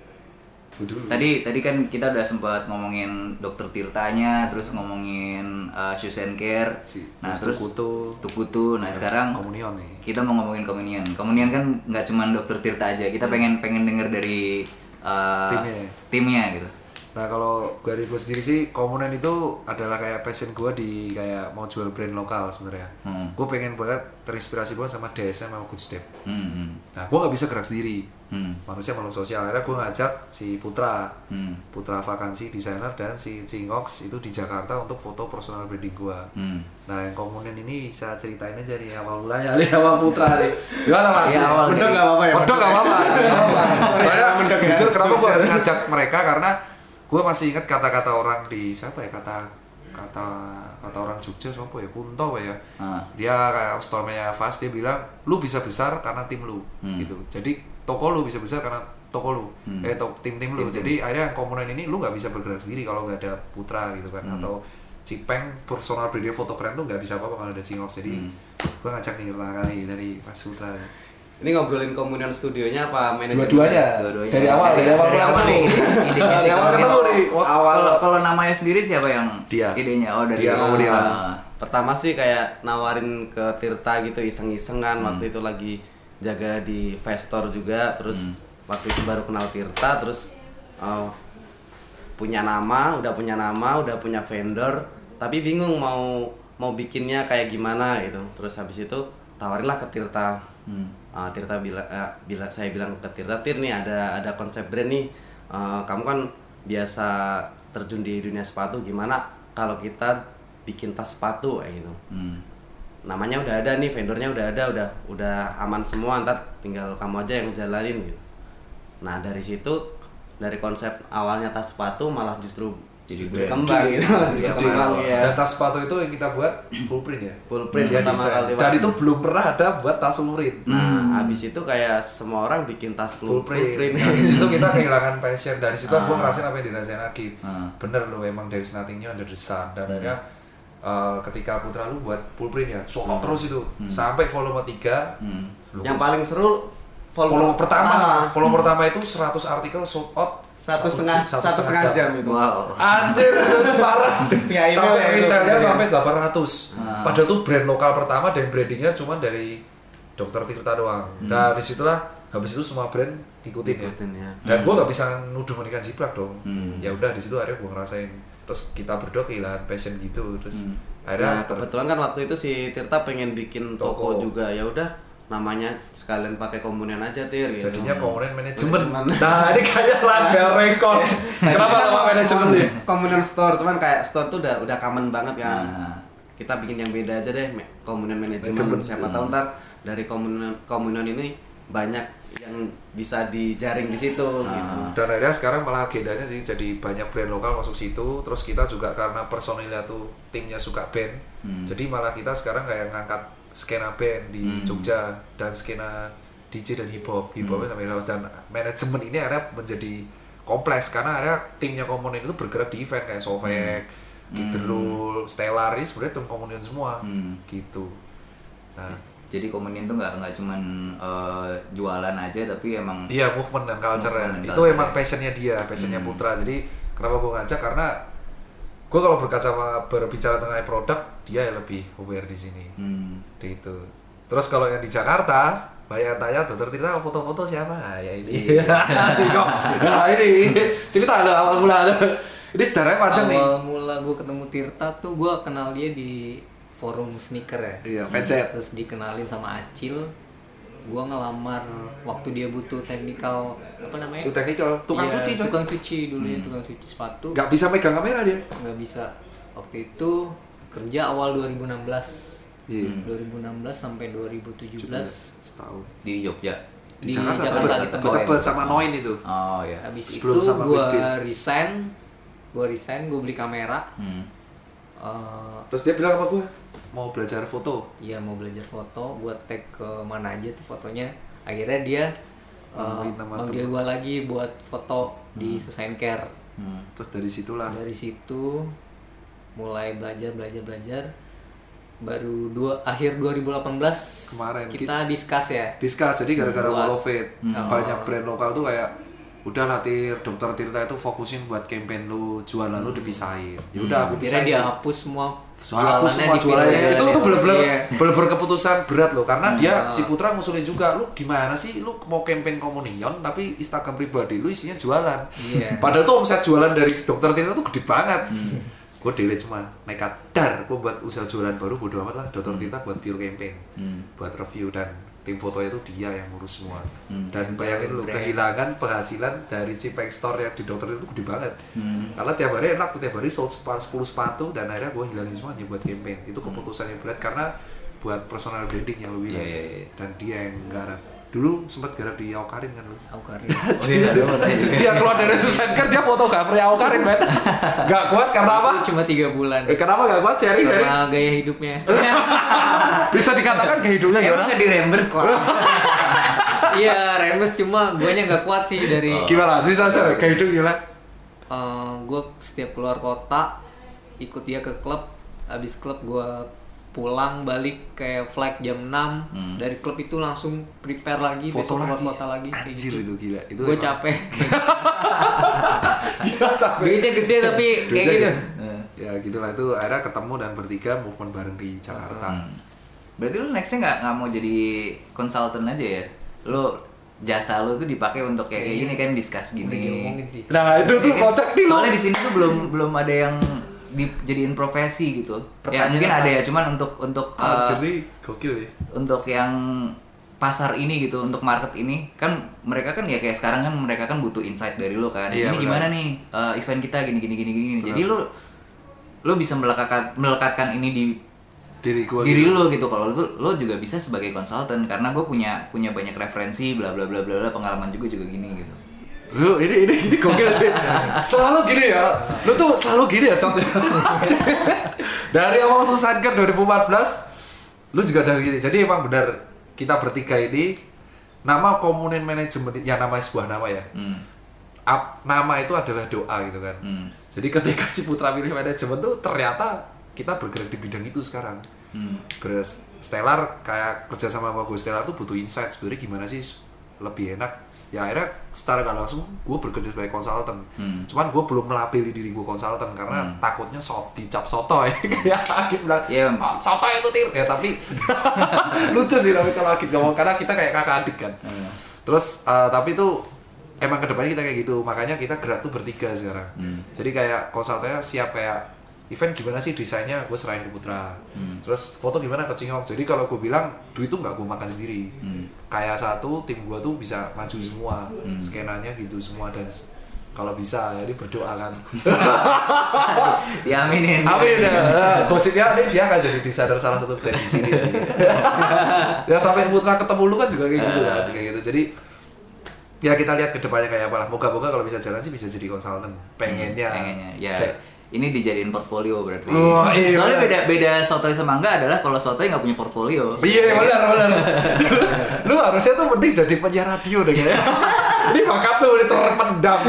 Tadi tadi kan kita udah sempat ngomongin dokter Tirtanya, terus ngomongin uh, shoes and care, si, nah terus Tukutu, Tukutu. Nah sekarang Komunion nih. Kita mau ngomongin Komunion. Komunion kan nggak cuma dokter Tirta aja, kita pengen pengen denger dari uh, timnya. timnya gitu. Nah kalau dari gue sendiri sih Komunion itu adalah kayak passion gue di kayak mau jual brand lokal sebenarnya. Hmm. Gue pengen banget terinspirasi banget sama D S M sama Good Step. Hmm. Nah gue nggak bisa gerak sendiri. Hmm. Manusia makhluk sosial. Akhirnya gue ngajak si Putra, hmm. Putra Vakansi desainer dan si Cingox itu di Jakarta untuk foto personal branding gue. Hmm. Nah yang Komunion ini saya ceritain aja nih awal mulanya nih sama Putra nih. Gimana mas? Ya, awal mendok nggak apa-apa ya? Mendok nggak apa-apa. Soalnya jujur kenapa gue harus ngajak mereka karena gue masih ingat kata-kata orang di siapa ya kata kata kata orang Jogja siapa ya Kunto ya ah. Dia kayak stormnya Fast dia bilang lu bisa besar karena tim lu hmm. gitu. Jadi toko lu bisa besar karena toko lu hmm. eh to, tim tim lu. Tim, Jadi tim. akhirnya Komunion ini lu nggak bisa bergerak sendiri kalau nggak ada Putra gitu kan. hmm. Atau Cipeng personal branding foto keren tuh nggak bisa apa-apa kalau ada Cingox. Jadi hmm. gue ngajak nih pertama kali dari Mas Putra. Ini ngobrolin Komunion studionya apa manajemen? Dua-duanya. Dua-duanya. Dari awal, dari awal dari awal nih. Idenya Dari si awal Komunion. ketemu nih. Awal Kalau kalau namanya sendiri siapa yang Dia. idenya? Oh dari Dia Komunion. Ah. Pertama sih kayak nawarin ke Tirta gitu iseng-iseng kan Hmm. waktu itu lagi jaga di Vestor juga terus Hmm. waktu itu baru kenal Tirta terus uh, punya nama, udah punya nama, udah punya vendor tapi bingung mau mau bikinnya kayak gimana gitu. Terus habis itu tawarinlah ke Tirta. Hmm. Uh, Tirta bilang uh, bila saya bilang ke Tirta, Tir nih ada ada konsep brand nih. Uh, kamu kan biasa terjun di dunia sepatu, gimana kalau kita bikin tas sepatu kayak gitu. Hmm. Namanya udah ada nih, vendornya udah ada, udah udah aman semua, ntar tinggal kamu aja yang jalanin gitu. Nah dari situ, dari konsep awalnya tas sepatu malah justru Jadi brand. berkembang gitu. Iya, Berkembang ya. Dan tas sepatu itu yang kita buat full print ya. Full print Dia pertama desain. kali. Dan itu belum pernah ada buat tas full print. Nah, habis itu kayak semua orang bikin tas full, Full print. print. Nah, di situ kita kehilangan passion. Dari situ Ah. gue ngerasain apa yang dirasain Akid. Ah. Bener loh, emang dari nothing new under the sun. Dan akhirnya uh, ketika Putra lu buat full print ya, sono terus itu sampai volume tiga. Hmm. Lu Yang kus- paling seru volume pertama, volume pertama itu seratus artikel sold out satu setengah satu setengah jam itu. Wow. Anjir, itu parah. Ya, ini sampai memang resellnya itu. sampai delapan ratus. Ah. Padahal tuh brand lokal pertama dan brandingnya cuma dari Dokter Tirta doang. Nah disitulah habis itu semua brand ikutin, Ikutin ya. ya. Dan gue gak bisa nuduh Manikan Jiplak dong. Hmm. Ya udah di situ akhirnya gue ngerasain. Terus kita berdua kehilangan passion gitu. Terus Hmm. akhirnya Nah, kebetulan kan waktu itu si Tirta pengen bikin toko, Toko. juga. Ya udah namanya sekalian pakai Komunion aja Tir gitu. jadinya komponen manajemen. Manajemen. Nah ini kayak laga rekor. Kenapa nama manajemen nih? Komunion store, cuman kayak store tuh udah udah common banget kan. Nah. Kita bikin yang beda aja deh, me- Komunion manajemen. Manajemen. Siapa tahu ntar dari Komunion Komunion ini banyak yang bisa dijaring di situ gitu. Dan akhirnya sekarang malah agendanya sih jadi banyak brand lokal masuk situ. Terus kita juga karena personilnya tuh timnya suka band, Hmm. jadi malah kita sekarang kayak ngangkat skena band di Hmm. Jogja dan skena D J dan hip hop, hip hopnya sampai lewat. Dan manajemen ini akhirnya menjadi kompleks karena akhirnya timnya Komunion itu bergerak di event kayak Sovek, Giderul, Stellar, ini sebenarnya tim Komunion semua, Hmm. gitu. Nah, Jadi Komunion tuh nggak nggak cuman eh, jualan aja tapi emang iya movement dan culture ya. Movement dan Itu culture emang ya. passionnya dia, passionnya Hmm. Putra. Jadi kenapa gue ngajak karena gue kalau berkaca berbicara tentang produk dia yang lebih aware di sini. Hmm. Itu. Terus kalau yang di Jakarta banyak yang tanya Dokter Tirta foto-foto siapa? Nah, ya ini. Ciko. Nah ini cerita lo awal mula. Ini sejarahnya panjang nih. Awal mula gue ketemu Tirta tuh gue kenal dia di forum sneaker ya. Iya, fanset. Terus dikenalin sama Acil. Gue ngelamar waktu dia butuh technical apa namanya? Su teknikal, tukang Iya, cuci coy. Tukang cuci dulunya tukang cuci sepatu. Gak bisa megang kamera dia. Nggak bisa. Waktu itu kerja awal dua ribu enam belas. Iya. dua ribu enam belas sampai dua ribu tujuh belas. Setahun. di Jogja. Di, Di Jakarta, Jakarta, Tebet. di Tebet. Tebet sama Noin itu. Oh ya. Habis Sebelum itu sama gue Quick Pin. resign. Gue resign, gue beli kamera. Hmm. Eh, Terus dia bilang sama gue mau belajar foto. Iya mau belajar foto, gue tag ke mana aja tuh fotonya. Akhirnya dia uh, Nemuin nama manggil temen. gue lagi buat foto di Susain Care. Hmm. Terus dari situlah Dari situ mulai belajar belajar belajar. Baru dua akhir dua ribu delapan belas Kemarin, kita discuss ya. discuss. Jadi gara-gara Buat- Wall of Fate Hmm. banyak brand lokal tuh kayak udah latih Dokter Tirta itu fokusin buat campaign lu, jualan lu dipisahin. Ya udah aku Akhirnya pisahin. dia Cik. hapus semua Soalnya aku semua di jualannya Pinterest. itu tuh bener-bener Iya. bener-bener keputusan berat loh karena dia Hmm. si Putra ngusulin juga lu gimana sih lu mau campaign Komunion tapi Instagram pribadi lu isinya jualan. Iya. Padahal tuh omset jualan dari Dokter Tirta tuh gede banget. Gue delete cuma nekat dar gue buat usaha jualan baru bodo amat lah. Dokter Tirta buat pure campaign, Hmm. buat review dan tim fotonya itu dia yang ngurus semua. Hmm. Dan bayangin lu Brand. kehilangan penghasilan dari Cipek Store yang di Dokter itu gede banget. Hmm. Karena tiap hari enak tuh, tiap hari sold sepuluh sepatu dan akhirnya gue hilangin semuanya buat campaign. Itu keputusan yang berat karena buat personal branding yang lu bilang. Iya, iya, iya. Dan dia yang garap. Dulu sempat garap di Aukarin kan lu. Aku karir. Oh iya, ada foto juga. Dia keluar dari Susan kan dia foto cover Aukarin men. Gak kuat karena apa? Itu cuma tiga bulan. Eh, kenapa gak kuat sharing sharing? Karena gaya hidupnya. Bisa dikatakan kehidupnya Emang gimana? nggak di reimburse? Iya, Remus cuma guanya nggak kuat sih dari. Oh. Gimana? Bisa share kehidup gimana? gue setiap keluar kota ikut dia ke klub, habis klub gue pulang balik kayak flight jam enam hmm. dari klub itu langsung prepare lagi foto besok lagi. keluar kota lagi kayak Anjir gitu. itu gila itu Gue emang- capek. Gila, capek. Duitnya gede tapi kayak Duitnya gitu. gede. Ya gitulah itu akhirnya ketemu dan bertiga movement bareng di Jakarta. Hmm. Berarti lu nextnya nggak nggak mau jadi konsultan aja ya? Lu jasa lu tuh dipakai untuk kayak kayak gini kan discuss Udah gini. diomongin sih. Nah itu tuh kocak nih lo. Soalnya di sini tuh belum belum ada yang dijadiin profesi gitu. Ya Pertanyaan mungkin apa? ada ya, cuman untuk untuk Ah, uh, jadi gokil ya. untuk yang pasar ini gitu, untuk market ini kan mereka kan ya kayak sekarang kan mereka kan butuh insight dari lo kan. Iya, ini benar. gimana nih uh, event kita gini gini gini gini. Jadi lo lo bisa melekatkan melekatkan ini di Diri gua diri gitu. lo gitu. Kalau lo lo juga bisa sebagai konsultan karena gue punya punya banyak referensi bla bla bla bla bla, pengalaman juga juga gini gitu. Lu ini ini ini gokil sih. Selalu gini ya. Lu tuh selalu gini ya, Cot. Dari awal Susanker dua ribu empat belas lu juga udah gini. Jadi emang benar kita bertiga ini nama komponen manajemen ya namanya sebuah nama ya. Hmm. Up, nama itu adalah doa gitu kan. Hmm. Jadi ketika si Putra pilih manajemen tuh ternyata kita bergerak di bidang itu sekarang. Hmm. Beres Stellar kayak kerja sama sama gue Stellar tuh butuh insight sebenarnya gimana sih lebih enak. Ya akhirnya secara gak langsung gue bekerja sebagai konsultan. Hmm. Cuman gue belum melabeli diri gue konsultan karena hmm. takutnya so, dicap sotoy. Kayak Agit bilang, yeah. oh, sotoy itu tir. Ya tapi lucu sih tapi kalau Agit ngomong karena kita kayak kakak adik kan. Hmm. Terus uh, tapi tuh emang kedepannya kita kayak gitu. Makanya kita gerak tuh bertiga sekarang. Hmm. Jadi kayak konsultannya siap kayak event gimana sih desainnya gue serahin ke Putra. Hmm. Terus foto gimana ke Cingok. Jadi kalau gue bilang duit tuh nggak gue makan sendiri. Hmm. Kayak satu tim gue tuh bisa maju semua, hmm. skenanya gitu semua dan kalau bisa jadi berdoa kan. Diaminin. Amin ya. Gosipnya ini dia akan jadi desainer salah satu brand di sini sih. Ya sampai Putra ketemu lu kan juga kayak gitu kan, kayak gitu. Jadi ya kita lihat ke depannya kayak apa lah. Moga-moga kalau bisa jalan sih bisa jadi konsultan. Pengennya. Pengennya. Ya. Cek. Ini dijadiin portfolio berarti. Oh, iya, soalnya bener. beda beda sotoy sama enggak adalah kalau sotoy nggak punya portfolio. Iya benar benar. Lu harusnya tuh mending jadi penyiar radio deh kayaknya. Ini bakat lu ini terpendam.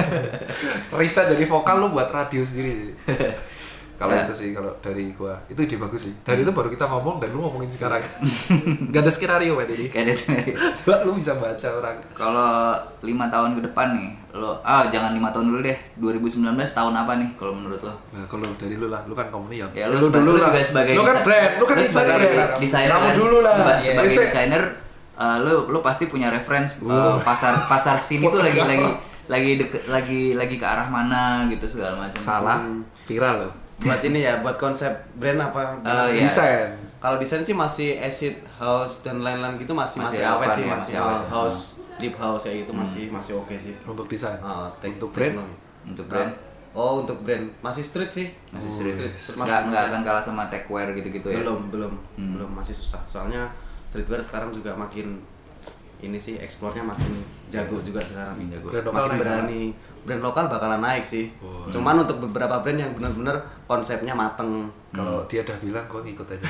Risa jadi vokal lu buat radio sendiri. Kalau Ya. itu sih kalau dari gua itu ide bagus sih. Dari itu baru kita ngomong dan lu ngomongin sekarang. Gak ada skenario kan ini. Gak ada skenario. Coba lu bisa baca orang. Kalau lima tahun ke depan nih, lo ah jangan lima tahun dulu deh. dua ribu sembilan belas tahun apa nih kalau menurut lo? Nah, kalau dari lu lah, lu kan komuni ya. Ya, lu lu sebagai- dulu lu lah. juga sebagai Lu kan desa- brand, lu kan lu desainer sebagai brand. desainer Kamu kan? dulu lah. Seba- Iya. sebagai Bisa- desainer, uh, lu lu pasti punya reference uh, Uh. pasar pasar sini tuh lagi lagi Fotografer. lagi deket lagi lagi ke arah mana gitu segala macam. Salah, viral loh. Buat ini ya, buat konsep brand apa? Oh, iya. Desain. Kalau desain sih masih acid house dan lain-lain gitu masih Masih masih, awet relevan sih, ya, masih masih awet. awet. House, deep house kayak gitu masih masih oke sih. Untuk desain. Ah, tek- Untuk brand. teknologi. Untuk brand Oh, untuk brand masih street sih. masih Oh, street. street. Nggak Masih- nggak masih- akan kalah sama techwear gitu-gitu ya. Belum, belum, Hmm. belum masih susah. Soalnya streetwear sekarang juga makin ini sih eksplornya makin jago juga sekarang. Makin jago. Brand lokal Makin naik berani. Brand lokal bakalan naik sih. Oh, Cuman untuk beberapa brand yang benar-benar konsepnya mateng. Kalau dia udah bilang, gua ngikut aja.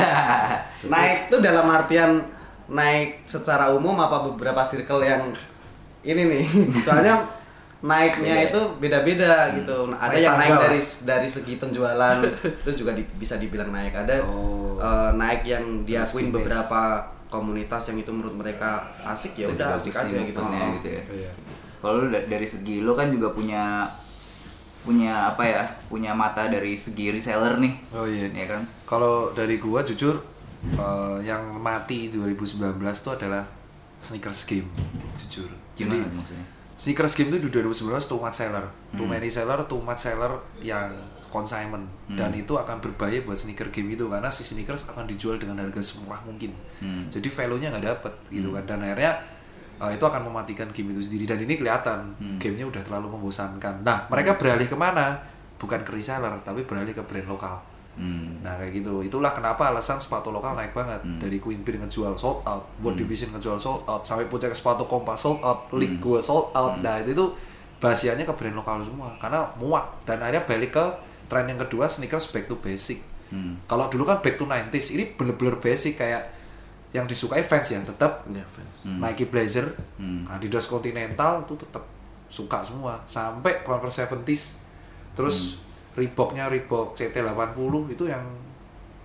Naik tuh dalam artian naik secara umum apa beberapa circle yang ini nih. Soalnya naiknya Beda. itu beda-beda gitu. Nah, ada Naik yang naik tangga, dari Mas. dari segi penjualan itu juga di- bisa dibilang naik. Ada Oh. eh, naik yang diakuin Skin base. beberapa komunitas yang itu menurut mereka asik ya Dan udah juga asik bagus aja nih gitu. movementnya Oh. gitu ya. Iya. Kalau lu da- dari segi lo kan juga punya punya apa ya? Punya mata dari segi reseller nih. Oh iya. Ya kan? Kalau dari gua jujur eh, yang mati dua ribu sembilan belas itu adalah sneakers game, jujur. Gimana Jadi maksudnya? sneakers game itu di dua ribu sembilan belas too much seller, too Hmm. many seller, too much seller yang consignment Hmm. dan itu akan berbahaya buat sneaker game itu karena si sneakers akan dijual dengan harga semurah mungkin. Hmm. Jadi value-nya nggak dapet gitu kan dan akhirnya uh, itu akan mematikan game itu sendiri dan ini kelihatan Hmm. gamenya udah terlalu membosankan. Nah mereka beralih kemana? Bukan ke reseller tapi beralih ke brand lokal. Hmm. Nah kayak gitu, itulah kenapa alasan sepatu lokal naik banget. Hmm. Dari Queen Beer ngejual sold out, World Hmm. Division ngejual sold out, sampai punya ke sepatu Kompas sold out, League Hmm. gue sold out. Hmm. Nah itu tuh bahasianya ke brand lokal semua, karena muak. Dan akhirnya balik ke tren yang kedua, sneakers back to basic. Hmm. Kalau dulu kan back to nineties, ini bener-bener basic kayak yang disukai fans ya, tetap Ya, fans. Hmm. Nike Blazer, Hmm. Adidas Continental tuh tetap suka semua, sampai Converse seventies, terus Hmm. Reeboknya Reebok C T delapan puluh itu yang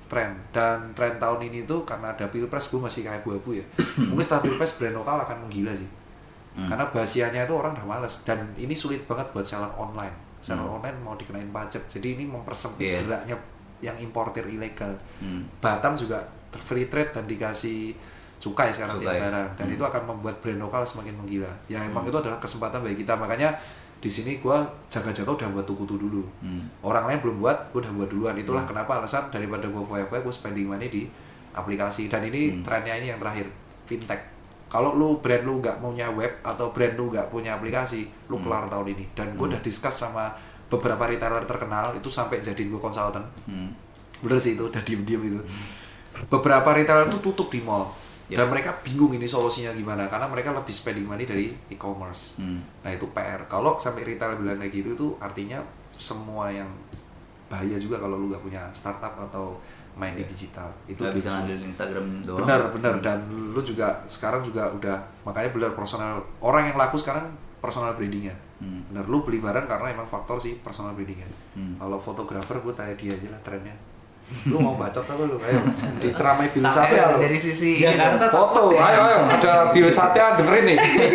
tren. Dan tren tahun ini tuh karena ada pilpres, gue masih kayak abu-abu ya. Mungkin setelah pilpres brand lokal akan menggila sih. Hmm. Karena bahasianya itu orang udah males dan ini sulit banget buat seller online. Seller hmm. online mau dikenain pajak, jadi ini mempersempit yeah. geraknya yang importir ilegal. Hmm. Batam juga free trade dan dikasih cukai sekarang tiap barang dan hmm. itu akan membuat brand lokal semakin menggila. Ya emang hmm. itu adalah kesempatan bagi kita, makanya di sini gue jaga-jaga udah buat tuku dulu. Hmm. Orang lain belum buat, gue udah buat duluan. Itulah hmm. kenapa alasan daripada gue foya-foya gue spending money di aplikasi. Dan ini hmm. trennya ini yang terakhir, fintech. Kalau lu brand lu nggak punya web atau brand lu nggak punya aplikasi, lu hmm. kelar tahun ini. Dan gue hmm. udah discuss sama beberapa retailer terkenal itu sampai jadiin gue konsultan. Hmm. Bener sih itu, udah diem-diem itu. Hmm. Beberapa retailer itu tutup di mall. Yep. Dan mereka bingung ini solusinya gimana karena mereka lebih spending money dari e-commerce. Hmm. Nah itu P R. Kalau sampai retail bilang kayak gitu itu artinya semua yang bahaya juga kalau lu nggak punya startup atau main di digital. Itu nggak bisa ngambil Instagram doang. Bener bener dan lu juga sekarang juga udah makanya bener personal orang yang laku sekarang personal brandingnya. Hmm. Bener lu beli barang karena emang faktor sih personal brandingnya. Hmm. Kalau fotografer gue tanya dia aja lah trennya. Lu mau bacot apa lu? Ayo diceramai Bill Satya lu. Dari sisi foto, ayo ayo ada Bill Satya dengerin nih.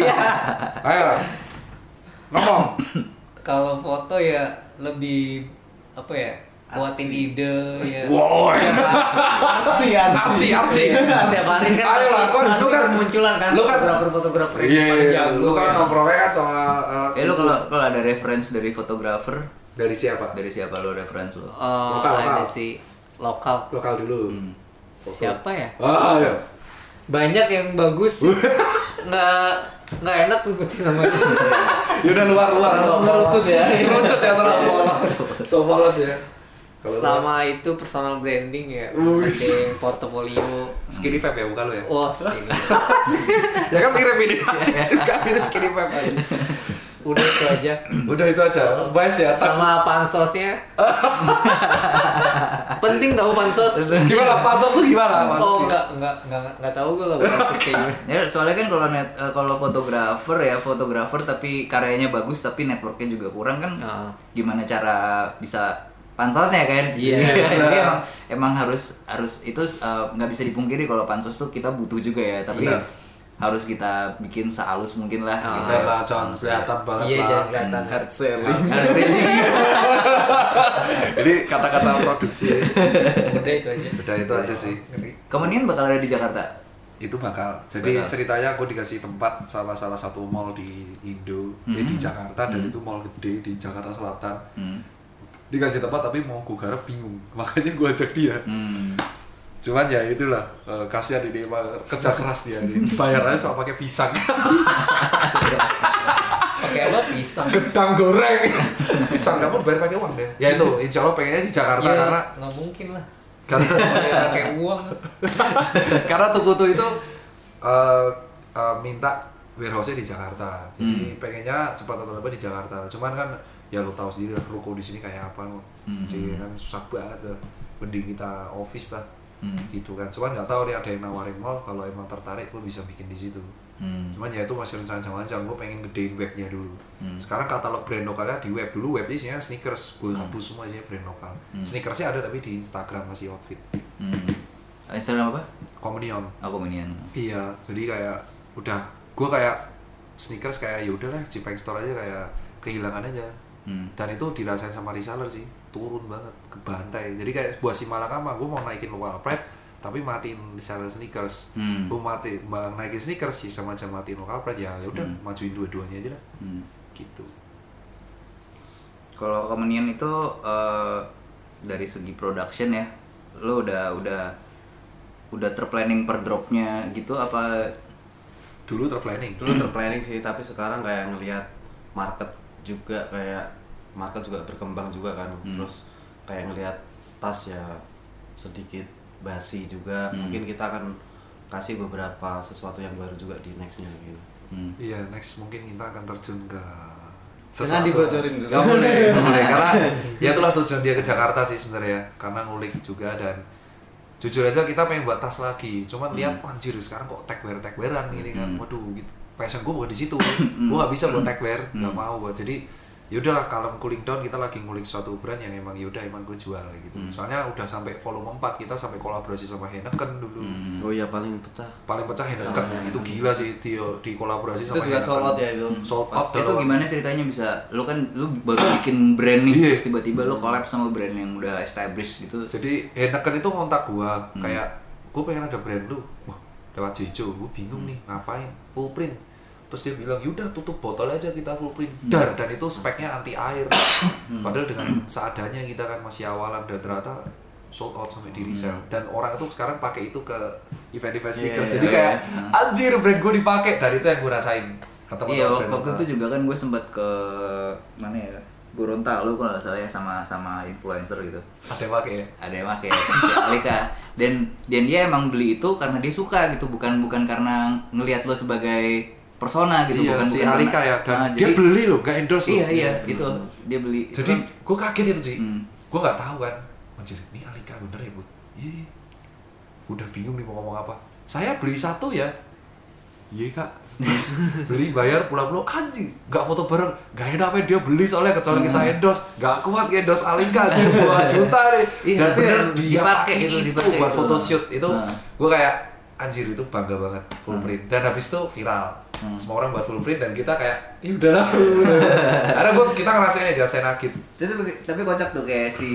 Ayo. Ngomong. Kalau foto ya lebih apa ya? Buatin ide ya. Wow. Artsy artsy artsy. Setiap hari kan ayo lah, kok itu kan bermunculan kan lu kan fotografer-fotografer yang paling jago. Lu kan nongkrongnya kan sama eh lu kalau kalau ada reference dari fotografer dari siapa? Dari siapa lu reference lu? Oh, ada sih lokal. Lokal dulu. Hmm. Siapa ya? Ah, ya. Banyak yang bagus. Nggak nggak enak sebutin namanya. Ya udah luar-luar. So ngerucut ya. Ngerucut ya terlalu polos. So polos ya. Kalo sama luar. Itu personal branding ya. Pakai portofolio. Skinny Fab ya bukan lu ya? Wah, skinny. Ya kan mirip ini aja. Kan mirip Skinny Fab aja. Udah itu aja. Udah itu aja. Bahas ya. Sama pansosnya. Penting tahu pansos. Gimana pansos tuh gimana? Oh enggak enggak enggak enggak tahu gue kalau pansos kayak gimana. Ya soalnya kan kalau net kalau fotografer ya fotografer tapi karyanya bagus tapi networknya juga kurang kan. Uh. Gimana cara bisa pansosnya kan? Iya. Yeah. Jadi emang emang harus harus itu nggak uh, bisa dipungkiri kalau pansos tuh kita butuh juga ya tapi. Benar. Harus kita bikin sehalus mungkin lah. Oh, gitu lah, jangan kelihatan banget iya, lah. Iya, jangan kelihatan. Hard selling. Hard selling. Jadi kata-kata produksi. Udah itu aja. Udah itu aja sih. Kemudian bakal ada di Jakarta? Itu bakal. Jadi bakal. Ceritanya aku dikasih tempat sama salah satu mall di Indo, mm-hmm. eh, di Jakarta dan mm-hmm. itu mall gede di Jakarta Selatan. Mm-hmm. Dikasih tempat tapi mau gue garap bingung. Makanya gue ajak dia. Mm. Cuman ya itulah uh, kasihan ini emang kerja keras dia ini bayarannya cuma pakai pisang. Pakai apa pisang? Gedang goreng. Pisang kamu bayar pakai uang deh. Ya itu insya Allah pengennya di Jakarta ya, karena nggak mungkin lah. Karena pakai uang. Karena Tukutu itu uh, uh, minta warehouse-nya di Jakarta. Jadi hmm. pengennya cepat atau lambat di Jakarta. Cuman kan ya lo tahu sendiri lah ruko di sini kayak apa lo. Hmm. Jadi kan susah banget lah. Mending kita office lah. Hmm. Gitu kan, cuman nggak tahu nih ada yang nawarin mall, kalau emang tertarik gue bisa bikin di situ. Hmm. Cuman ya itu masih rencana panjang, gue pengen gedein webnya dulu. Hmm. Sekarang katalog brand lokalnya di web dulu, web isinya sneakers, gue hapus hmm. semua isinya brand lokal. Hmm. Sneakersnya ada tapi di Instagram masih outfit. Hmm. Instagram apa? Communion. Oh Communion. Iya, jadi kayak udah, gue kayak sneakers kayak ya udahlah, Cipeng Store aja kayak kehilangan aja. Hmm. Dan itu dirasain sama reseller sih. Turun banget ke bantai. Jadi kayak buat si Malakama, gue mau naikin lokal pride tapi matiin reseller sneakers. Hmm. Gue mati bang naikin sneakers sih sama aja matiin lokal pride ya udah hmm. majuin dua-duanya aja lah. Hmm. Gitu. Kalau Communion itu uh, dari segi production ya, lo udah udah udah terplanning per dropnya gitu apa? Dulu terplanning. Dulu terplanning sih, tapi sekarang kayak ngelihat market juga kayak market juga berkembang juga kan, hmm. terus kayak ngelihat tas ya sedikit basi juga, hmm. mungkin kita akan kasih beberapa sesuatu yang baru juga di nextnya gitu. Hmm. Iya next mungkin kita akan terjun ke jangan dibocorin dulu. Gak boleh, gak boleh karena ya itulah tujuan dia ke Jakarta sih sebenarnya, karena ngulik juga dan jujur aja kita pengen buat tas lagi, cuman hmm. lihat anjir sekarang kok tagwear tagwearan gini kan, hmm. waduh gitu. Passion gue bukan di situ, gue gak bisa buat tagwear, gak mau buat jadi ya udahlah kalem cooling down, kita lagi ngulik suatu brand yang emang ya udah emang gue jual kayak gitu. Hmm. Soalnya udah sampai volume empat kita sampai kolaborasi sama Heineken dulu. Hmm. Oh iya paling pecah. Paling pecah Heineken. Oh, itu gila sih di, di kolaborasi sama Heineken. Itu juga sold out ya itu. Sold out. Itu gimana ceritanya bisa lu kan lu baru bikin brand nih, terus tiba-tiba lu collab sama brand yang udah established gitu. Jadi Heineken itu ngontak gua hmm. kayak gue pengen ada brand lu. Wah, lewat Jejo, gue bingung nih ngapain full print. Terus dia bilang, yaudah tutup botol aja kita full print, dar, dan itu speknya anti air. Padahal dengan seadanya kita kan masih awalan dan ternyata sold out sampai di resell. Dan orang itu sekarang pakai itu ke event-event stickers. Yeah, Jadi yeah, kayak yeah. anjir brand gue dipakai, dan itu yang gue rasain. Ketemu iya, waktu itu itu juga kan gue sempat ke mana ya? Gorontalo kalau nggak salah ya sama sama influencer gitu. Ada yang pakai ya? Ada yang pakai si Alika. Dan dan dia emang beli itu karena dia suka gitu, bukan bukan karena ngelihat lo sebagai persona gitu, iya, bukan si bukan Alika karena, ya, dan nah, dia jadi, beli loh, gak endorse iya, loh. Iya, iya, itu dia beli. Jadi kan, gue kaget itu sih, hmm. gue nggak tahu kan, anjir, ini Alika bener ya bu? Iya, udah bingung nih mau ngomong apa. Saya beli satu ya, iya kak, beli bayar pulang-pulang, anjing, nggak foto bareng, gak enak apa dia beli soalnya kecuali hmm. kita endorse, nggak kuat endorse Alika anjing puluhan juta nih, iya, dan bener dia pakai itu, itu dipakai buat itu. photoshoot itu, nah. gue kayak anjir itu bangga banget full hmm. print, dan habis itu viral. Hmm. Semua orang buat full print dan kita kayak ya udahlah. Karena gue kita ngerasain aja Senakit. Tapi tapi kocak tuh kayak si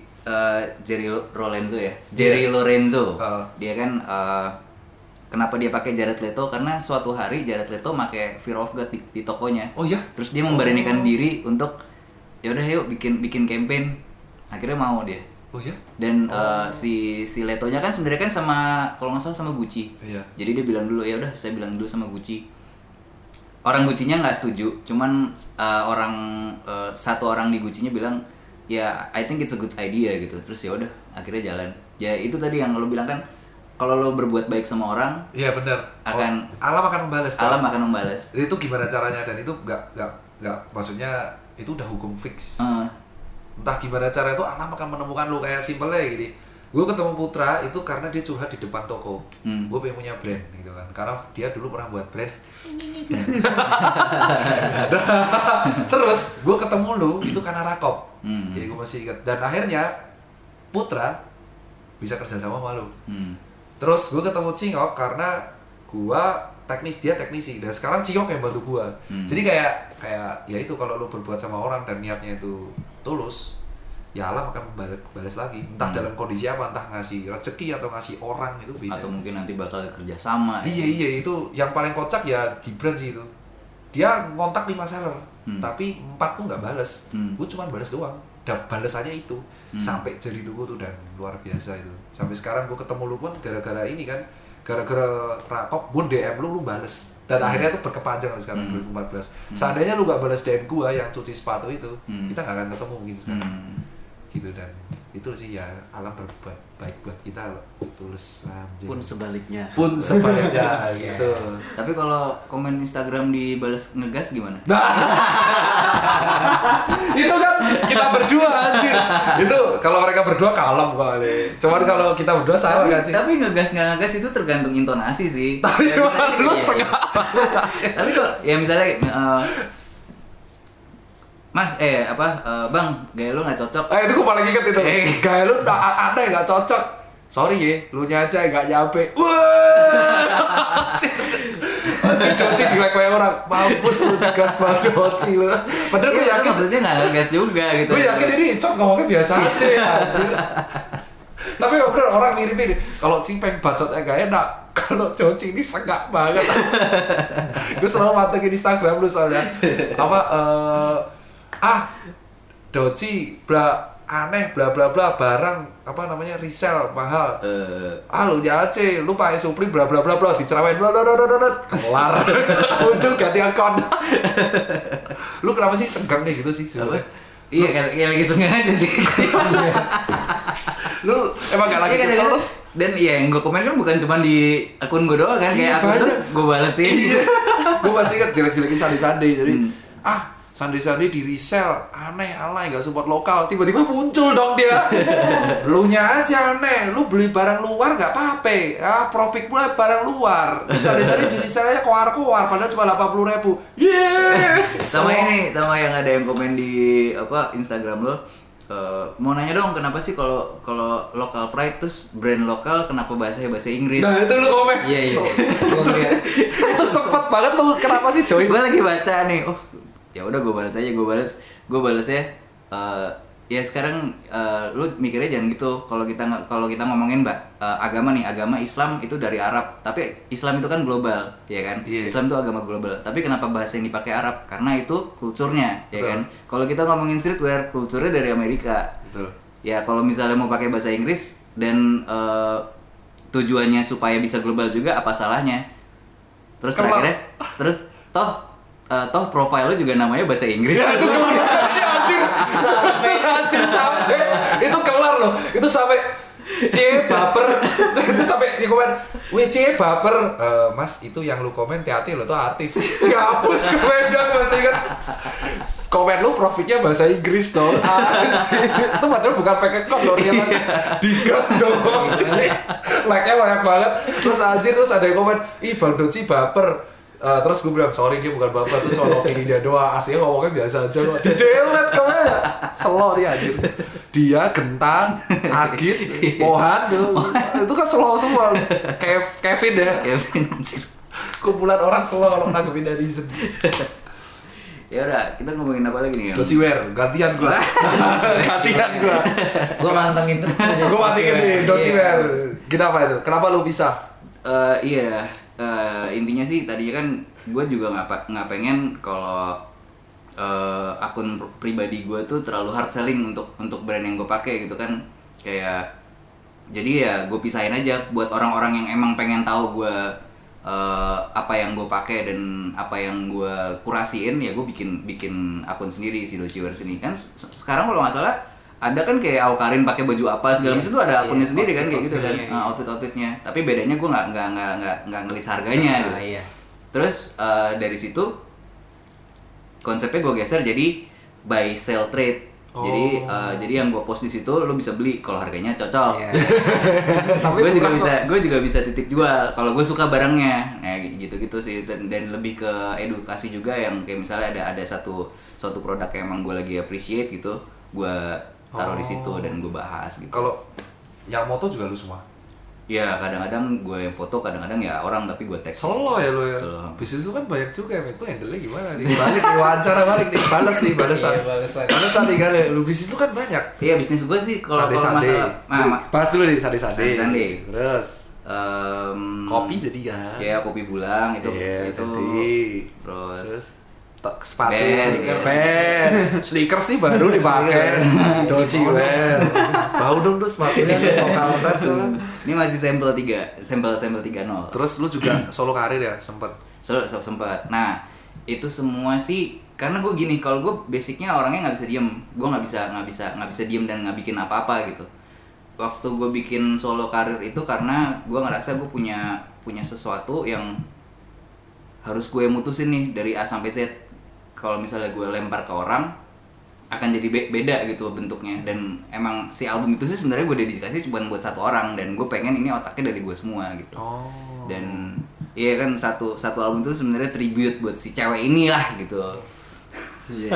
uh, Jerry Lorenzo ya. Jerry yeah. Lorenzo. Uh. Dia kan uh, kenapa dia pakai Jared Leto? Karena suatu hari Jared Leto pakai Fear of God di, di tokonya. Oh iya. Terus dia memberanikan oh. diri untuk ya udah yuk bikin bikin campaign. Akhirnya mau dia. Oh ya? Dan oh. uh, si si Letonya kan sebenarnya kan sama kalau nggak salah sama Gucci. Iya. Jadi dia bilang dulu ya udah saya bilang dulu sama Gucci. Orang Gucci-nya nggak setuju, cuman uh, orang uh, satu orang di Gucci-nya bilang ya I think it's a good idea gitu. Terus ya udah akhirnya jalan. Ya itu tadi yang lo bilang kan kalau lo berbuat baik sama orang, iya benar. Akan oh, alam akan membalas. Alam kan? akan membalas. Itu gimana caranya dan itu nggak nggak nggak maksudnya itu udah hukum fix. Uh. Entah gimana cara itu alam akan menemukan lo kayak simpelnya gini. Gue ketemu Putra itu karena dia curhat di depan toko. Hmm. Gue pengen punya brand gitu kan. Karena dia dulu pernah buat brand. Terus gue ketemu lu itu karena Rakop. Hmm. Jadi gue masih ingat. Dan akhirnya Putra bisa kerja sama sama lu. Hmm. Terus gue ketemu Cingok karena gue teknis, dia teknisi. Dan sekarang Cingok yang bantu gue. Hmm. Jadi kayak kayak ya itu kalau lu berbuat sama orang dan niatnya itu tulus, ya alam akan balas lagi, entah hmm. dalam kondisi apa, entah ngasih rezeki atau ngasih orang itu beda. Atau mungkin nanti bakal kerja sama. Iya ya. Iya itu yang paling kocak ya Gibran sih itu. Dia ngontak lima seller, hmm. tapi empat tuh nggak balas. Hmm. Gue cuma balas doang. Dan balasannya itu hmm. sampai jari tuh tuh dan luar biasa itu. Sampai sekarang gue ketemu lu pun gara-gara ini kan, gara-gara Rakop pun D M lu lu bales. Dan hmm. akhirnya tuh berkepanjang sekarang hmm. dua ribu empat belas. Hmm. Seandainya lu nggak balas D M gue yang cuci sepatu itu, hmm. kita nggak akan ketemu mungkin sekarang. Hmm. Gitu dan itu sih ya alam berbuat baik buat kita tulus anjing. Pun sebaliknya. Pun sebaliknya gitu. Tapi kalau komen Instagram dibalas ngegas gimana? Itu kan kita berdua anjir. Itu kalau mereka berdua kalem kali. Cuman kalau kita berdua sama kan sih. Tapi ngegas nggak ngegas itu tergantung intonasi sih. Tapi ya, lu sengaja. Tapi kalau ya misalnya uh, Mas, eh apa, uh, bang, gaya lu nggak cocok. Eh itu gue paling inget itu. Eh. Gaya lu aneh nggak cocok. Sorry ya, lu nya aja nggak nyampe. Wah, Doci dilek kayak orang, mampus lu gas banget Doci lu. Padahal gue yakin maksudnya nggak gas juga gitu. Gue yakin ini cok ngomongnya biasa aja anjir. Tapi bener orang mirip-mirip. Kalau Cipeng bacotnya gak enak, kalau Doci ini sengak banget. Gue selalu mantengin Instagram lu soalnya. Apa? Uh, ah Doci bla aneh bla bla bla barang apa namanya resell mahal uh. ah lu aja lu pakai Supri bla bla bla bla dicerawain bla bla bla bla kelar muncul ganti akun. Lu kenapa sih senggang kayak gitu sih sebenarnya? Iya kayak kayak lagi senggang aja sih. Lu emang gak lagi kesel terus? Dan iya yang gue komen kan bukan cuma di akun gue doang kan, kayak iya, akun terus gue balesin. Gue masih inget jelek-jelekin sandi-sandi jadi hmm. ah Sandi-sandi di resell, aneh, alay, gak support lokal. Tiba-tiba muncul dong dia. Lu nya aja aneh, lu beli barang luar gak apa-apa. Ya, profit pula barang luar. Sandi-sandi di resell aja koar-koar, padahal cuma delapan puluh ribu. Yeay! Sama ini, sama yang ada yang komen di apa Instagram lo. Uh, mau nanya dong kenapa sih kalau kalau lokal pride terus brand lokal kenapa bahasanya bahasa Inggris? Nah itu lu komen. Iya iya. So, Gua ngeliat. itu sempet banget lu kenapa sih join? Gue lagi baca nih, oh ya udah gue balas aja, gue balas, gue balasnya uh, ya sekarang uh, lu mikirnya jangan gitu. Kalau kita kalau kita ngomongin mbak uh, agama nih, agama Islam itu dari Arab, tapi Islam itu kan global, ya kan? Yeah. Islam itu agama global. Tapi kenapa bahasa yang dipakai Arab? Karena itu kulturnya, ya Betul. kan? Kalau kita ngomongin streetwear, kulturnya dari Amerika. Betul. Ya kalau misalnya mau pakai bahasa Inggris dan uh, tujuannya supaya bisa global juga, apa salahnya? Terus Kelar. terakhirnya, terus toh uh, toh profile lu juga namanya bahasa Inggris. Ya, itu kelar. Ini anjir. Itu anjir sampai itu kelar loh. Itu sampai C baper. Itu sampai di komen, "Wih, C baper." Eh, Mas, itu yang lu komen hati-hati lo tuh artis. Ngapus komennya masih ingat. Komen lu profitnya bahasa Inggris dong. Anjir. Itu padahal bukan fake account loh, dia lagi digas dong. Like-nya banyak banget. Terus anjir terus ada yang komen, "Ih, Bang Doci baper." Uh, terus gue bilang, sorry dia bukan baper, itu soal opini dia doang, aslinya ngomongnya biasa aja kok. Di delete komennya, slow dia anjir. Dia, Gentang, Agit, Mohan, itu kan slow semua. Kev, Kevin ya, Kevin anjir. kumpulan orang slow kalau nanggepin netizen. Ya udah, kita ngomongin apa lagi nih? Doci wear, gantian gue. Gantian gue. Gua mantengin terus. Gue masukin nih, Doci wear. Kenapa itu? Kenapa lu bisa? Uh, iya, uh, intinya sih tadinya kan gue juga nggak nggak pengen kalau uh, akun pribadi gue tuh terlalu hard selling untuk untuk brand yang gue pakai gitu kan, kayak jadi ya gue pisahin aja buat orang-orang yang emang pengen tahu gue uh, apa yang gue pakai dan apa yang gue kurasiin, ya gue bikin bikin akun sendiri si Doci Wear sini kan. Sekarang kalau nggak salah ada kan kayak Aukarin pakai baju apa segala Iya, macam tuh ada akunnya iya, sendiri kan kayak gitu kan, outfit-outfitnya, uh, outfit-outfitnya. Tapi bedanya gue nggak nggak nggak nggak nggak ngelis harganya. Ah, gitu. iya. Terus uh, dari situ konsepnya gue geser jadi buy sell trade. Oh. Jadi uh, jadi yang gue post di situ lo bisa beli kalau harganya cocok. Iya. Tapi gue juga kurang bisa gue juga bisa titip jual kalau gue suka barangnya. Nah gitu-gitu sih, dan, dan lebih ke edukasi juga, yang kayak misalnya ada ada satu suatu produk yang emang gue lagi appreciate gitu, gue taruh di situ dan gue bahas gitu. Kalau yang moto juga lu semua? Ya kadang-kadang gue yang foto, kadang-kadang ya orang tapi gue tag. Solo ya lo ya. Betul. Bisnis itu kan banyak juga ya, itu handle-nya gimana nih? Balik nih, wawancara balik nih, balas nih, balasan. Iya, balasan. Balasan nih kan ya, lu bisnis itu kan banyak. Iya bisnis gue sih kalau kalau Sade-sade. masalah nah, ma- Bahas dulu nih, sade-sade. Sade-sade. Terus em, kopi jadi kan? ya kopi bulang itu Iya, itu jadi. terus, Terus tok sepatu, Band, sneaker, iya. band, sneakers nih baru dipakai, Doci wear, bau dong tuh sepatunya lokal banget soalnya. ini masih sampel tiga sampel sampel tiga nol. Terus lu juga solo karir ya sempet? So, so, sempat. Nah, itu semua sih karena gue gini, kalau gue basicnya orangnya nggak bisa diem, gue nggak bisa nggak bisa nggak bisa diem dan nggak bikin apa-apa gitu. Waktu gue bikin solo karir itu karena gue ngerasa gue punya punya sesuatu yang harus gue mutusin nih dari A sampai Z. Kalau misalnya gue lempar ke orang akan jadi be- beda gitu bentuknya, dan emang si album itu sih sebenarnya gue dedikasi cuma buat satu orang, dan gue pengen ini otaknya dari gue semua gitu. Oh. Dan iya kan satu satu album itu sebenarnya tribute buat si cewek ini lah gitu. Iya.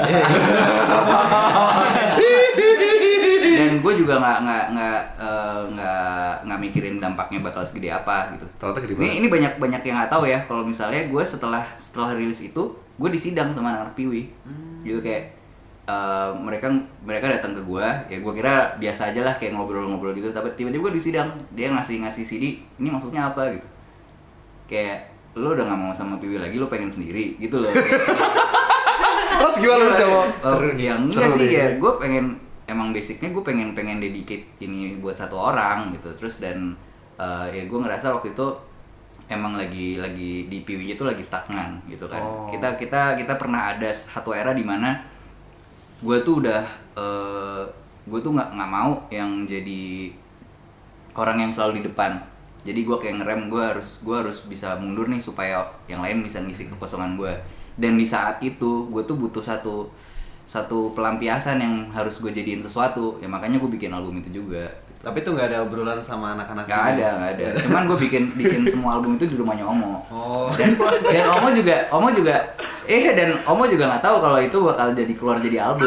Dan gue juga nggak nggak nggak eh, nggak nggak mikirin dampaknya bakal segede apa gitu. Ternyata gede Ini banget. ini banyak banyak yang nggak tahu ya kalau misalnya gue setelah setelah rilis itu gue disidang sama anak-anak Piwi, gitu kayak eh, mereka mereka datang ke gue, ya gue kira biasa aja lah kayak ngobrol-ngobrol gitu, tapi tiba-tiba gue disidang, dia ngasih ngasih C D, ini maksudnya apa gitu, kayak lo udah nggak mau sama Piwi lagi, lo pengen sendiri gitu loh. Kayak, Terus gimana lu jawab? oh, ya enggak Seru sih nih. ya, gue pengen emang basicnya gue pengen pengen dedicate ini buat satu orang gitu. Terus dan uh, ya gue ngerasa waktu itu emang lagi lagi di P W I itu lagi stagnan gitu kan. Oh. Kita kita kita pernah ada satu era di mana gue tuh udah uh, gue tuh nggak nggak mau yang jadi orang yang selalu di depan. Jadi gue kayak ngerem, gue harus gue harus bisa mundur nih supaya yang lain bisa ngisi kekosongan gue. dan di saat itu gue tuh butuh satu satu pelampiasan yang harus gue jadiin sesuatu, ya makanya gue bikin album itu juga. Tapi tuh nggak ada obrolan sama anak-anak? Nggak ada, nggak ada. Cuman gue bikin bikin semua album itu di rumahnya Omo. Oh. Dan dan Omo juga, Omo juga, eh dan Omo juga nggak tahu kalau itu bakal jadi keluar jadi album.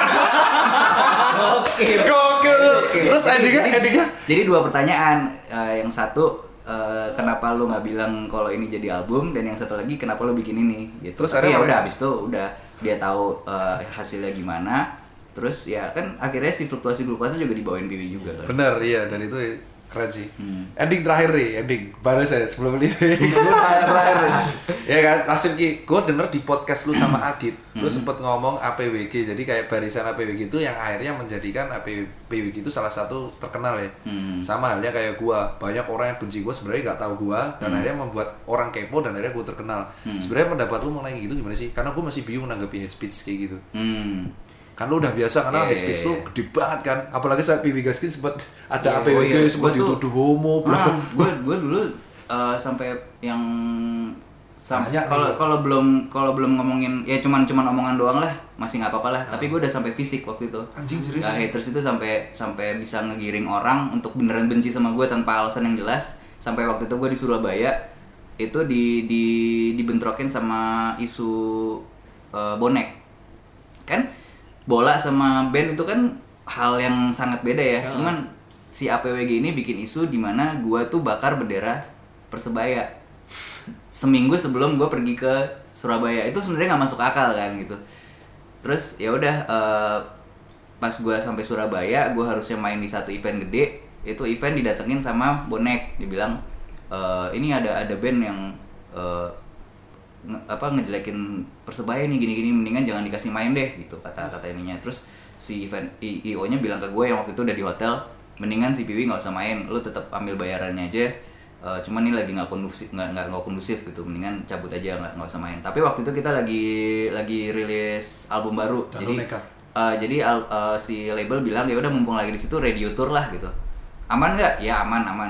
Oke. Gokil. Terus endingnya, endingnya? Jadi dua pertanyaan. Uh, yang satu, uh, kenapa lu nggak bilang kalau ini jadi album? Dan yang satu lagi, kenapa lu bikin ini? Gitu. Terus Tapi ya ada udah, abis itu udah dia tahu uh, hasilnya gimana. Terus ya kan akhirnya si fluktuasi glukose juga dibawain Piwi juga kan. Bener, iya, dan itu keren sih. Hmm. Ending terakhir nih, ending baru saya sebelum ini. terakhir terakhir nih. Ya kan, Nasib Ki, gue denger di podcast lu sama Adit, lu sempet ngomong A P W G, jadi kayak barisan A P W G itu yang akhirnya menjadikan A P W G itu salah satu terkenal ya. Hmm. Sama halnya kayak gua, banyak orang yang benci gua sebenarnya nggak tahu gua, dan Hmm. akhirnya membuat orang kepo dan akhirnya gua terkenal. Hmm. Sebenarnya pendapat lu mengenai gitu gimana sih? Karena gua masih bingung nanggapi hate speech kayak gitu. Hmm. Kan lu udah biasa karena Yeah, hate speech yeah, lu yeah. gede banget kan, apalagi saat Piwi Gaskin sempat ada Yeah, A P W G oh iya. sempat Gua tuh- dituduh homo bla. Ah, gue gue dulu uh, sampai yang sampai Banyak kalau nih. kalau belum kalau belum ngomongin ya cuman cuman omongan doang lah, masih nggak apa-apa lah. Tapi gue udah sampai fisik waktu itu. Anjing, serius? Nah, haters itu sampai sampai bisa ngegiring orang untuk beneran benci sama gue tanpa alasan yang jelas. Sampai waktu itu gue di Surabaya itu di di dibentrokin sama isu uh, bonek. Kan bola sama band itu kan hal yang sangat beda ya. Cuman si A P W G ini bikin isu di mana gua tuh bakar bendera Persebaya seminggu sebelum gua pergi ke Surabaya. Itu sebenarnya nggak masuk akal kan gitu. Terus ya udah uh, pas gua sampai Surabaya, gua harusnya main di satu event gede. Itu event didatengin sama bonek. Dibilang e, ini ada ada band yang uh, nge, apa ngejelekin Persebaya nih gini-gini, mendingan jangan dikasih main deh gitu kata-kata ininya. Terus si event I O-nya bilang ke gue yang waktu itu udah di hotel, mendingan si Piwi nggak usah main, lu tetap ambil bayarannya aja. Uh, cuman ini lagi nggak kondusif, nggak nggak nggak kondusif gitu, mendingan cabut aja, nggak nggak usah main. Tapi waktu itu kita lagi lagi rilis album baru, Dan jadi lu nekat. uh, jadi al- uh, si label bilang ya udah mumpung lagi di situ radio tour lah gitu. Aman nggak? Ya aman aman.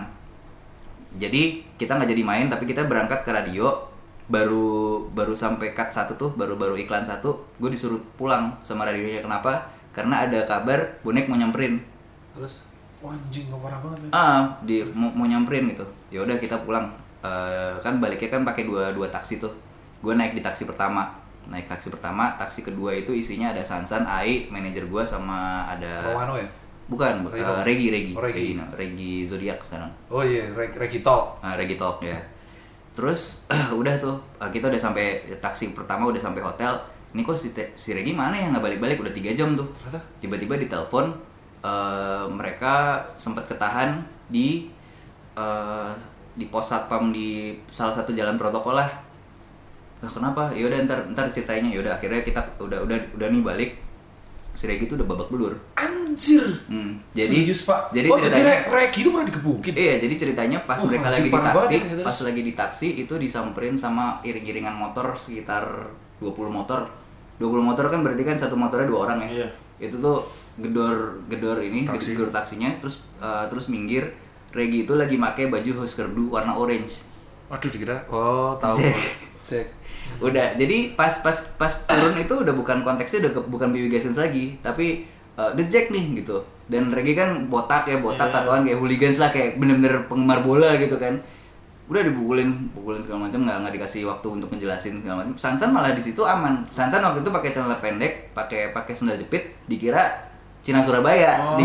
Jadi kita nggak jadi main, tapi kita berangkat ke radio. baru baru sampai cut satu tuh, baru baru iklan satu, gue disuruh pulang sama radionya. Kenapa? Karena ada kabar bonek mau nyamperin. Terus wah, anjing nggak parah banget ya. Ah, di mau, mau nyamperin gitu. Ya udah kita pulang. Uh, kan baliknya kan pakai dua dua taksi tuh. Gue naik di taksi pertama. Naik taksi pertama, taksi kedua itu isinya ada Sansan, Ai, manajer gue sama ada Rowano ya? Bukan, Regi. uh, Regi, Regi, Oh, Regi. Regi, no. Regi Zodiac sekarang. Oh iya, Reg Regi Talk. Nah, Regi Talk ya. Terus udah tuh uh, kita udah sampai taksi pertama, udah sampai hotel. Ini kok si, te- si Regi mana ya, nggak balik-balik, udah tiga jam tuh. Ternyata Tiba-tiba ditelepon, uh, mereka sempat ketahan di uh, di pos satpam di salah satu jalan protokol lah. Nah, kenapa? Ya udah ntar ntar ceritanya. Ya udah akhirnya kita udah udah udah nih balik. Si Regi tuh udah babak belur. anjir. Hmm, jadi Serius, Pak? jadi oh, jadi ceritanya- Re- Regi itu pernah digebukin. Iya, jadi ceritanya pas Oh, mereka anjing, lagi di parah banget taksi, ya, terus. pas lagi di taksi itu disamperin sama iring-iringan motor sekitar dua puluh motor. dua puluh motor kan berarti kan satu motornya dua orang ya. Iya. Itu tuh gedor gedor ini, Taksi. gedor taksinya terus uh, terus minggir. Regi itu lagi pakai baju Husker Du warna orange. Waduh, dikira. Oh, tahu. Cek. Cek. Udah, jadi pas pas pas turun itu udah bukan konteksnya, udah ke- bukan Piwi Gasins lagi, tapi uh, The Jack nih gitu. Dan Regi kan botak ya, botak Yeah. tatoan kayak hooligans lah, kayak bener-bener penggemar bola gitu kan. Udah dipukulin, pukulin segala macam, nggak nggak dikasih waktu untuk ngejelasin segala macam. Sansan malah di situ aman. Sansan waktu itu pakai celana pendek, pakai pakai sendal jepit, dikira Cina Surabaya. Oh. Di-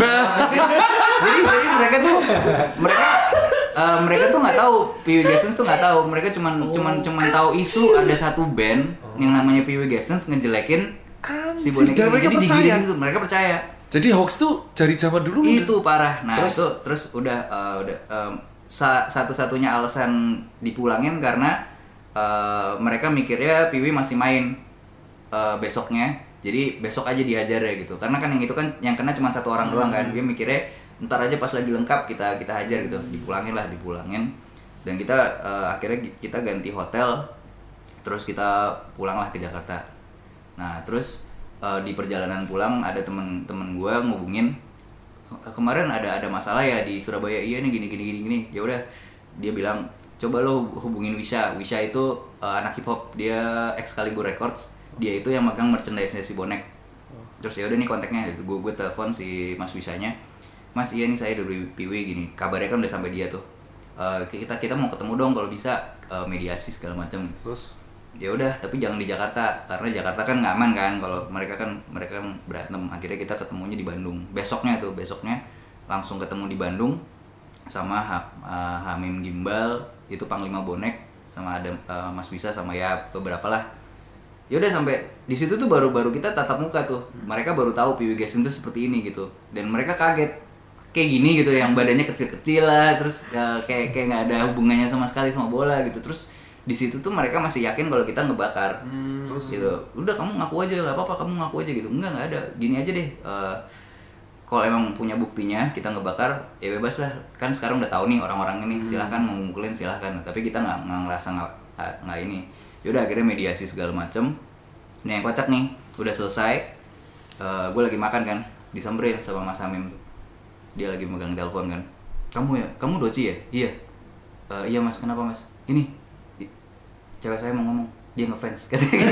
jadi jadi mereka tuh mereka uh, mereka tuh nggak tahu Piwi Gasins tuh nggak tahu. Mereka cuman cuman cuman tahu isu ada satu band yang namanya Piwi Gasins ngejelekin si Anjir, boneka dan ini. mereka Jadi percaya? digiring situ, mereka percaya. Jadi hoax tuh dari zaman dulu Itu parah. Nah, Terus? itu terus udah uh, udah um, sa- satu-satunya alasan dipulangin karena uh, mereka mikirnya Piwi masih main uh, besoknya. Jadi besok aja dihajar ya gitu. Karena kan yang itu kan yang kena cuma satu orang doang kan. Dia mikirnya ntar aja pas lagi lengkap kita kita hajar gitu. Dipulangin lah, dipulangin. Dan kita uh, akhirnya gi- kita ganti hotel. Terus kita pulang lah ke Jakarta. Nah, terus uh, di perjalanan pulang ada temen-temen gue ngubungin, kemarin ada ada masalah ya di Surabaya. Iya nih gini gini gini gini. Ya udah, dia bilang coba lo hubungin Wisha. Wisha itu uh, anak hip hop, dia Excalibur Records, dia itu yang megang merchandise si bonek. Terus ya udah nih kontaknya, gue gue telepon si Mas Wishanya, Mas iya nih saya dari P W gini, kabarnya kan udah sampai dia tuh, uh, kita kita mau ketemu dong kalau bisa, uh, mediasi segala macam. Terus ya udah, tapi jangan di Jakarta karena Jakarta kan nggak aman kan, kalau mereka kan mereka kan berantem. Akhirnya kita ketemunya di Bandung. Besoknya tuh besoknya langsung ketemu di Bandung sama ha, uh, Hamim Gimbal, itu Panglima Bonek, sama ada uh, Mas Wisha sama ya beberapa lah. Ya udah sampai di situ tuh baru-baru kita tatap muka tuh. Mereka baru tahu P W Gasing tuh seperti ini gitu. Dan mereka kaget. Kayak gini gitu, yang badannya kecil-kecil lah, terus ya, kayak kayak nggak ada hubungannya sama sekali sama bola gitu. Terus di situ tuh mereka masih yakin kalau kita ngebakar. Hmm. Terus gitu. Udah kamu ngaku aja, enggak apa-apa kamu ngaku aja gitu. Enggak, enggak ada. Gini aja deh. Uh, kalau emang punya buktinya kita ngebakar ya bebas lah. Kan sekarang udah tahu nih orang-orang ini, silahkan mau mukulin silahkan. Tapi kita nggak ngerasa nggak nggak ini. Yaudah akhirnya mediasi segala macem. Nih yang kocak nih, udah selesai, uh, gue lagi makan kan, disamperin sama Mas Hamim. Dia lagi megang telepon kan, kamu ya, kamu Doci ya? Iya. Uh, iya Mas, kenapa Mas? Ini cewek saya mau ngomong, dia ngefans katanya.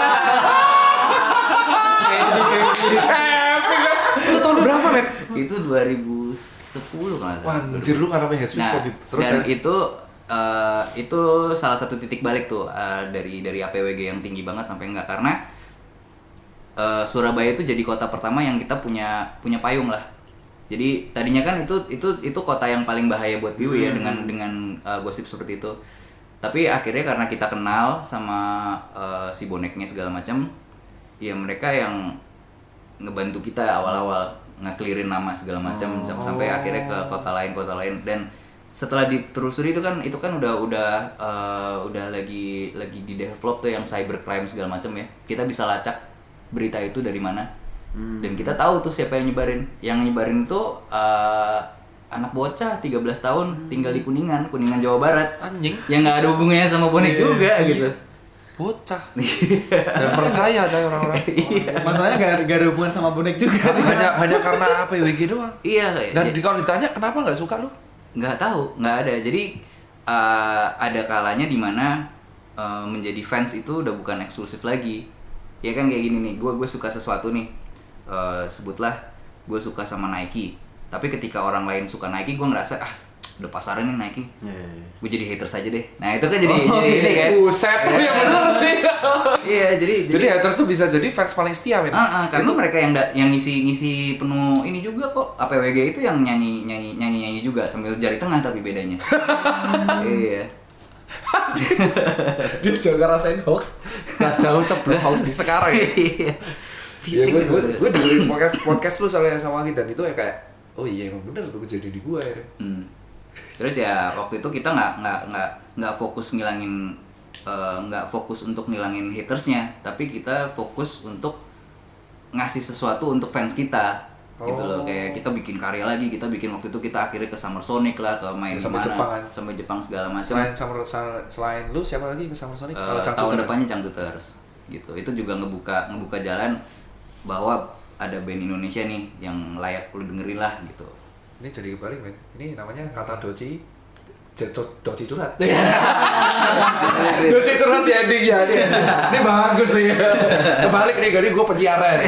itu tahun berapa men? Itu dua ribu sepuluh kan? Wah anjir, lu ngalamin headspace nah, kok. Terus dan ya? itu Uh, itu salah satu titik balik tuh, uh, dari dari A P W G yang tinggi banget sampai enggak, karena uh, Surabaya itu jadi kota pertama yang kita punya punya payung lah. Jadi tadinya kan itu itu itu kota yang paling bahaya buat P W ya, hmm. dengan dengan uh, gosip seperti itu. Tapi akhirnya karena kita kenal sama uh, si boneknya segala macam, ya mereka yang ngebantu kita awal-awal ngeklirin nama segala macam, oh. sampai akhirnya ke kota lain kota lain. Dan setelah ditelusuri itu kan itu kan udah udah uh, udah lagi lagi di develop tuh yang cybercrime segala macam ya. Kita bisa lacak berita itu dari mana, hmm. dan kita tahu tuh siapa yang nyebarin. Yang nyebarin itu uh, anak bocah tiga belas tahun, hmm. tinggal di Kuningan, Kuningan Jawa Barat. Anjing. Yang nggak ada hubungannya sama bonek yeah, juga yeah. gitu. Bocah. Dan percaya aja orang-orang. Masalahnya gak, gak ada hubungan sama bonek juga. hanya hanya karena A P W G doang. Iya. Dan di, kalau ditanya kenapa nggak suka lu? Nggak tahu, nggak ada. Jadi uh, ada kalanya dimana uh, menjadi fans itu udah bukan eksklusif lagi. Ya kan kayak gini nih, gue gue suka sesuatu nih, uh, sebutlah gue suka sama Nike. Tapi ketika orang lain suka Nike, gue ngerasa ah udah pasaran nih Nike, yeah, yeah. gue jadi haters aja deh. Nah itu kan jadi oh, jadi ini kan. Buset, tuh yang bener sih. Iya jadi jadi haters tuh bisa jadi fans paling setia men. Uh, uh, karena itu mereka yang da- yang ngisi ngisi penuh ini juga kok. A P W G itu yang nyanyi nyanyi nyanyi nyanyi juga sambil jari tengah tapi bedanya. Iya. Dia juga ngerasain hoax gak jauh sebelum hoax di sekarang ya. Fisik. Ya, gue gue dengerin podcast podcast lu soalnya sama Wagi, dan itu ya kayak oh iya emang bener tuh kejadian di gue ya. Hmm. Terus ya waktu itu kita nggak nggak nggak nggak fokus ngilangin nggak uh, fokus untuk ngilangin hatersnya, tapi kita fokus untuk ngasih sesuatu untuk fans kita, oh. gitu loh. Kayak kita bikin karya lagi, kita bikin waktu itu kita akhirnya ke Summer Sonic lah, ke main ya, sampai mana, Jepang kan? sampai Jepang segala macam. Selain Summer, selain lu siapa lagi ke Summer Sonic? Uh, tahun depannya Cangduters, gitu. Itu juga ngebuka ngebuka jalan bahwa ada band Indonesia nih yang layak lu dengerin lah gitu. Ini jadi kebalik men, ini namanya kata Doci Doci curhat. Doci curhat di ending ya. Ini bagus nih. Kebalik nih, jadi gue penyiaran.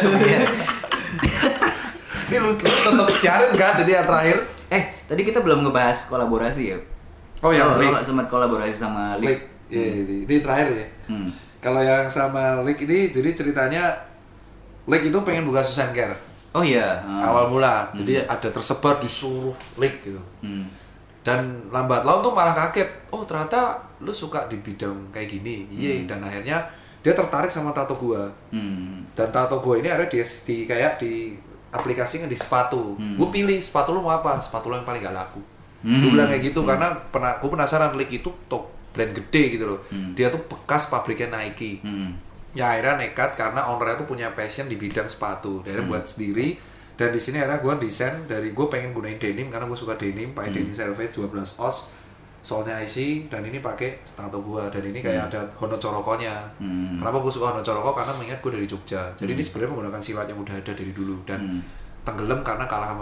Ini lu, lu tetap siaran kan, jadi yang terakhir. Eh, tadi kita belum ngebahas kolaborasi ya. Oh ya, lo sempat kolaborasi sama Lik. Iya, hmm. ini terakhir ya. Hmm. Kalau yang sama Lik ini, jadi ceritanya Lik itu pengen buka Susan Care. Oh iya, hmm. awal mula, hmm. jadi ada tersebar di seluruh league gitu. Hmm. Dan lambat laun tuh malah kaget, oh ternyata lu suka di bidang kayak gini, iya. Hmm. Dan akhirnya dia tertarik sama tato gua. Hmm. Dan tato gua ini ada di, di kayak di aplikasinya di sepatu. Hmm. Gua pilih sepatu lu mau apa, sepatu lu yang paling gak laku. Hmm. Gua bilang kayak gitu hmm. karena pernah, gua penasaran league itu tok brand gede gitu loh. Hmm. Dia tuh bekas pabriknya Nike. Hmm. Ya akhirnya nekat karena ownernya tuh punya passion di bidang sepatu, dia hmm. buat sendiri. Dan di sini akhirnya gue desain dari gue pengen gunain denim karena gue suka denim, pakai hmm. denim Selvage dua belas oz, soalnya I C, dan ini pakai tato gue. Dan ini kayak hmm. ada Hono Corokonya. Hmm. Kenapa gue suka Hono Coroko? Karena mengingat gue dari Jogja. Jadi hmm. ini sebenarnya menggunakan silat yang udah ada dari dulu dan hmm. tenggelam karena kalah sama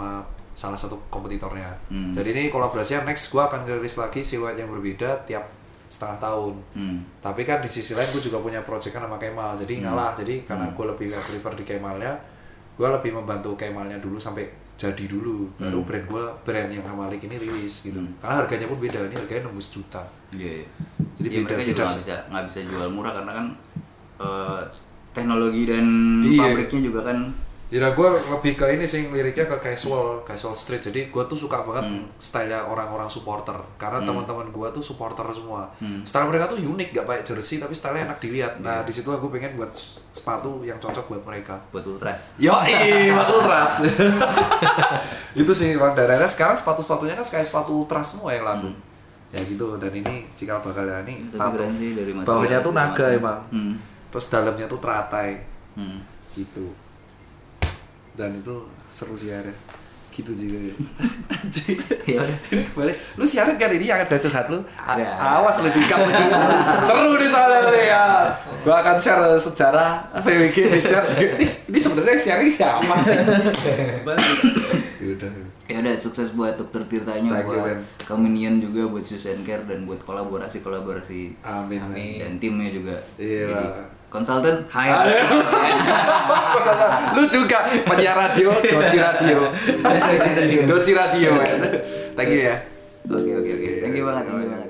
salah satu kompetitornya. Hmm. Jadi ini kolaborasinya next gue akan rilis lagi siluet yang berbeda tiap setengah tahun. Hmm. Tapi kan di sisi lain gue juga punya project kan sama Kemal, jadi hmm. ngalah. Jadi karena hmm. gue lebih prefer di Kemalnya, gue lebih membantu Kemalnya dulu sampai jadi dulu. Baru hmm. brand gue, brand yang Kamalik ini rilis gitu. Hmm. Karena harganya pun beda, ini harganya nembus juta. Iya. Yeah. Jadi yeah, beda. Mereka juga nggak bisa nggak bisa jual murah karena kan uh, teknologi dan yeah. pabriknya juga kan. Ya gue lebih ke ini sih, liriknya ke casual, casual street. Jadi gue tuh suka banget hmm. stylenya orang-orang supporter. Karena hmm. teman-teman gue tuh supporter semua. Hmm. Style mereka tuh unik, gak pakai jersey tapi stylenya enak dilihat. Nah yeah. di situ gue pengen buat sepatu yang cocok buat mereka. Buat ultras. Yoi, buat ultras. Itu sih bang. Dan sekarang sepatu-sepatunya kan kayak sepatu ultras semua yang laku. Hmm. Ya gitu. Dan ini cikal bakal ya ini. Tapi sih dari bawahnya tuh naga emang. Hmm. Terus dalamnya tuh teratai. Hmm. Gitu. Dan itu seru sih ada gitu juga. Ya udah. Kemarin lu siaran kan ini yang ada curhat lu. Ada. Awas lu dikap. Seru nih soalnya nih ya. Gua akan share sejarah V W G di share. Ini, ini sebenarnya sharing siapa sih? Yaudah. Ya udah, sukses buat Dokter Tirtanya, buat Kaminian juga, buat Susan Care dan buat kolaborasi-kolaborasi. Amin. Amin. Dan timnya juga. Iya. Konsultan, hai. Lu juga penyiar radio, Doci Radio. Doci Radio. Thank you ya. Oke oke oke. Thank you banget, thank you banget.